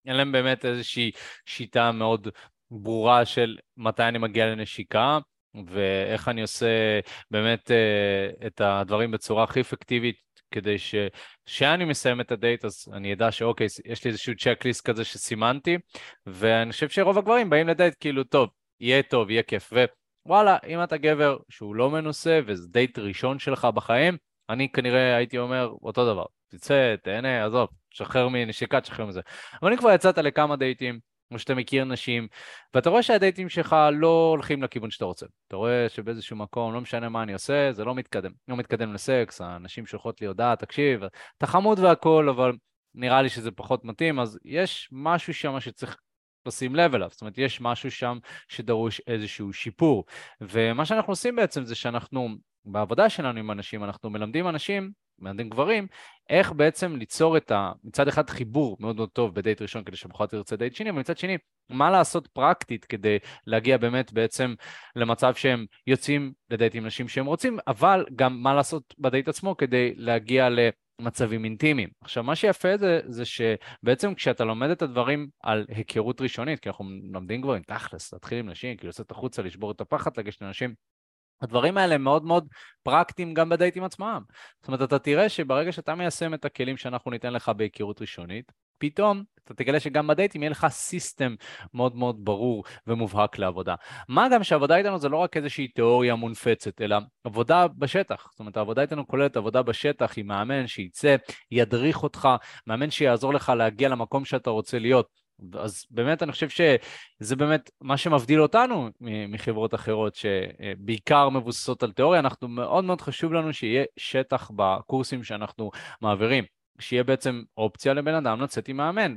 אין להם באמת איזושהי שיטה מאוד ברורה של מתי אני מגיע לנשיקה, ואיך אני עושה באמת את הדברים בצורה הכי אפקטיבית, כדי שאני מסיים את הדייט, אז אני אדע שאוקיי, יש לי איזשהו צ'קליסט כזה שסימנתי, ואני חושב שרוב הגברים באים לדייט כאילו, טוב, יהיה כיף, ווואלה, אם אתה גבר שהוא לא מנוסה, וזה דייט ראשון שלך בחיים, אני כנראה הייתי אומר אותו דבר, תצא, תהנה, עזוב, תשחרר מנשיקה, תשחרר מזה. אבל אם כבר יצאת לכמה דייטים, או שאתה מכיר נשים, ואתה רואה שהדייטים שלך לא הולכים לכיוון שאתה רוצה. אתה רואה שבאיזשהו מקום, לא משנה מה אני עושה, זה לא מתקדם. לא מתקדם לסקס, הנשים שולחות לי הודעה, תקשיב, אתה חמוד והכל, אבל נראה לי שזה פחות מתאים, אז יש משהו שם שצריך לשים לב אליו. זאת אומרת, יש משהו שם שדרוש איזשהו שיפור. ומה שאנחנו עושים בעצם זה שאנחנו, בעבודה שלנו עם אנשים, אנחנו מלמדים אנשים, מלמדים גברים, איך בעצם ליצור מצד אחד חיבור מאוד מאוד טוב בדייט ראשון כדי שבחורה תרצה דייט שני, ומצד שני, מה לעשות פרקטית כדי להגיע באמת בעצם למצב שהם יוצאים לדייט עם נשים שהם רוצים, אבל גם מה לעשות בדייט עצמו כדי להגיע למצבים אינטימיים. עכשיו, מה שיפה זה שבעצם כשאתה לומד את הדברים על היכרות ראשונית, כי אנחנו לומדים גברים, תכלס, להתחיל עם נשים, כאילו לצאת החוצה, לשבור את הפחד, לגשת לנשים, הדברים האלה הם מאוד מאוד פרקטיים גם בדייטים עצמם. זאת אומרת, אתה תראה שברגע שאתה מיישם את הכלים שאנחנו ניתן לך בהיכרות ראשונית, פתאום אתה תגלה שגם בדייטים יהיה לך סיסטם מאוד מאוד ברור ומובהק לעבודה. מה גם שעבודה איתנו זה לא רק איזושהי תיאוריה מונפצת, אלא עבודה בשטח. זאת אומרת, העבודה איתנו כוללת עבודה בשטח עם מאמן שיצא, ידריך אותך, מאמן שיעזור לך להגיע למקום שאתה רוצה להיות. אז באמת אני חושב שזה באמת מה שמבדיל אותנו מחברות אחרות שבעיקר מבוססות על תיאוריה. אנחנו מאוד מאוד חשוב לנו שיהיה שטח בקורסים שאנחנו מעבירים, שיהיה בעצם אופציה לבן אדם לצאת עם מאמן,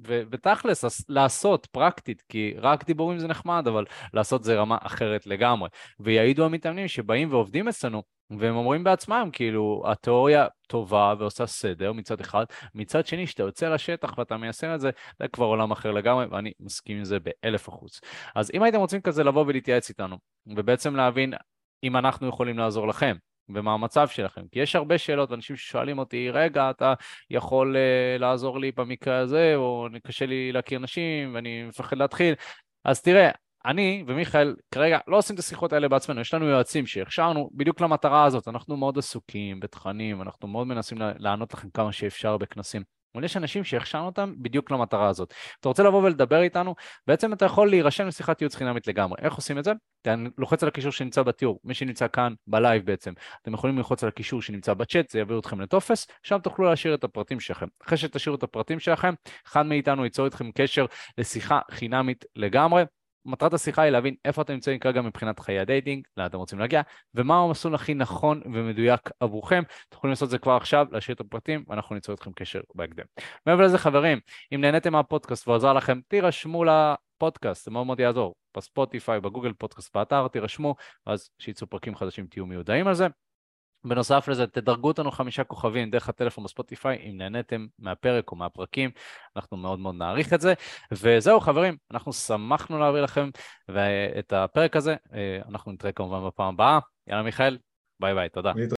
ותכלס לעשות פרקטית, כי רק דיבורים זה נחמד, אבל לעשות זה רמה אחרת לגמרי. ויעידו המתאמנים שבאים ועובדים אצלנו, והם אומרים בעצמם, כאילו, התיאוריה טובה ועושה סדר מצד אחד, מצד שני, שאתה יוצא לשטח ואתה מיישם את זה, זה כבר עולם אחר לגמרי, ואני מסכים עם זה ב1000%. אז אם הייתם רוצים כזה לבוא ולהתייעץ איתנו, ובעצם להבין אם אנחנו יכולים לעזור לכם, ומה המצב שלכם, כי יש הרבה שאלות, ואנשים ששואלים אותי, רגע, אתה יכול לעזור לי במקרה הזה, או קשה לי להכיר נשים, ואני מפחד להתחיל, אז תראה, אני ומיכאל כרגע לא עושים את השיחות האלה בעצמנו, יש לנו יועצים שהכשרנו בדיוק למטרה הזאת, אנחנו מאוד עסוקים בתכנים, אנחנו מאוד מנסים לענות לכם כמה שאפשר בכנסים, אבל יש אנשים שהכשרנו אותם בדיוק למטרה הזאת. אתה רוצה לבוא ולדבר איתנו, בעצם אתה יכול להירשם לשיחת ייעוץ חינמית לגמרי. איך עושים את זה? אתה לוחץ על הקישור שנמצא בתיאור, מי שנמצא כאן בלייב בעצם, אתם יכולים ללחוץ על הקישור שנמצא בצ'אט, זה יעביר אתכם לטופס, שם תוכלו להשאיר את הפרטים שלכם. אחרי שתשאירו את הפרטים שלכם, אחד מאיתנו ייצור איתכם קשר לשיחה חינמית לגמרי. מטרת השיחה היא להבין איפה אתם נמצאים כרגע מבחינת חיי הדייטינג, לאן אתם רוצים להגיע, ומה המסלול הכי נכון ומדויק עבורכם. אתם יכולים לעשות את זה כבר עכשיו, להשאיר את הפרטים, ואנחנו ניצור איתכם קשר בהקדם. מעבר לזה חברים, אם נהניתם מהפודקאסט ועזר לכם, תירשמו לפודקאסט, זה מאוד מאוד יעזור. בספוטיפיי, בגוגל פודקאסט, באתר, תירשמו, אז שיצאו פרקים חדשים, תהיו מיודעים על זה. בנוסף לזה, תדרגו אותנו 5 כוכבים דרך הטלפון בספוטיפיי, אם נהניתם מהפרק או מהפרקים, אנחנו מאוד מאוד נעריך את זה. וזהו חברים, אנחנו שמחנו להעביר לכם את הפרק הזה, אנחנו נתראה כמובן בפעם הבאה. יאללה מיכאל, ביי ביי, תודה.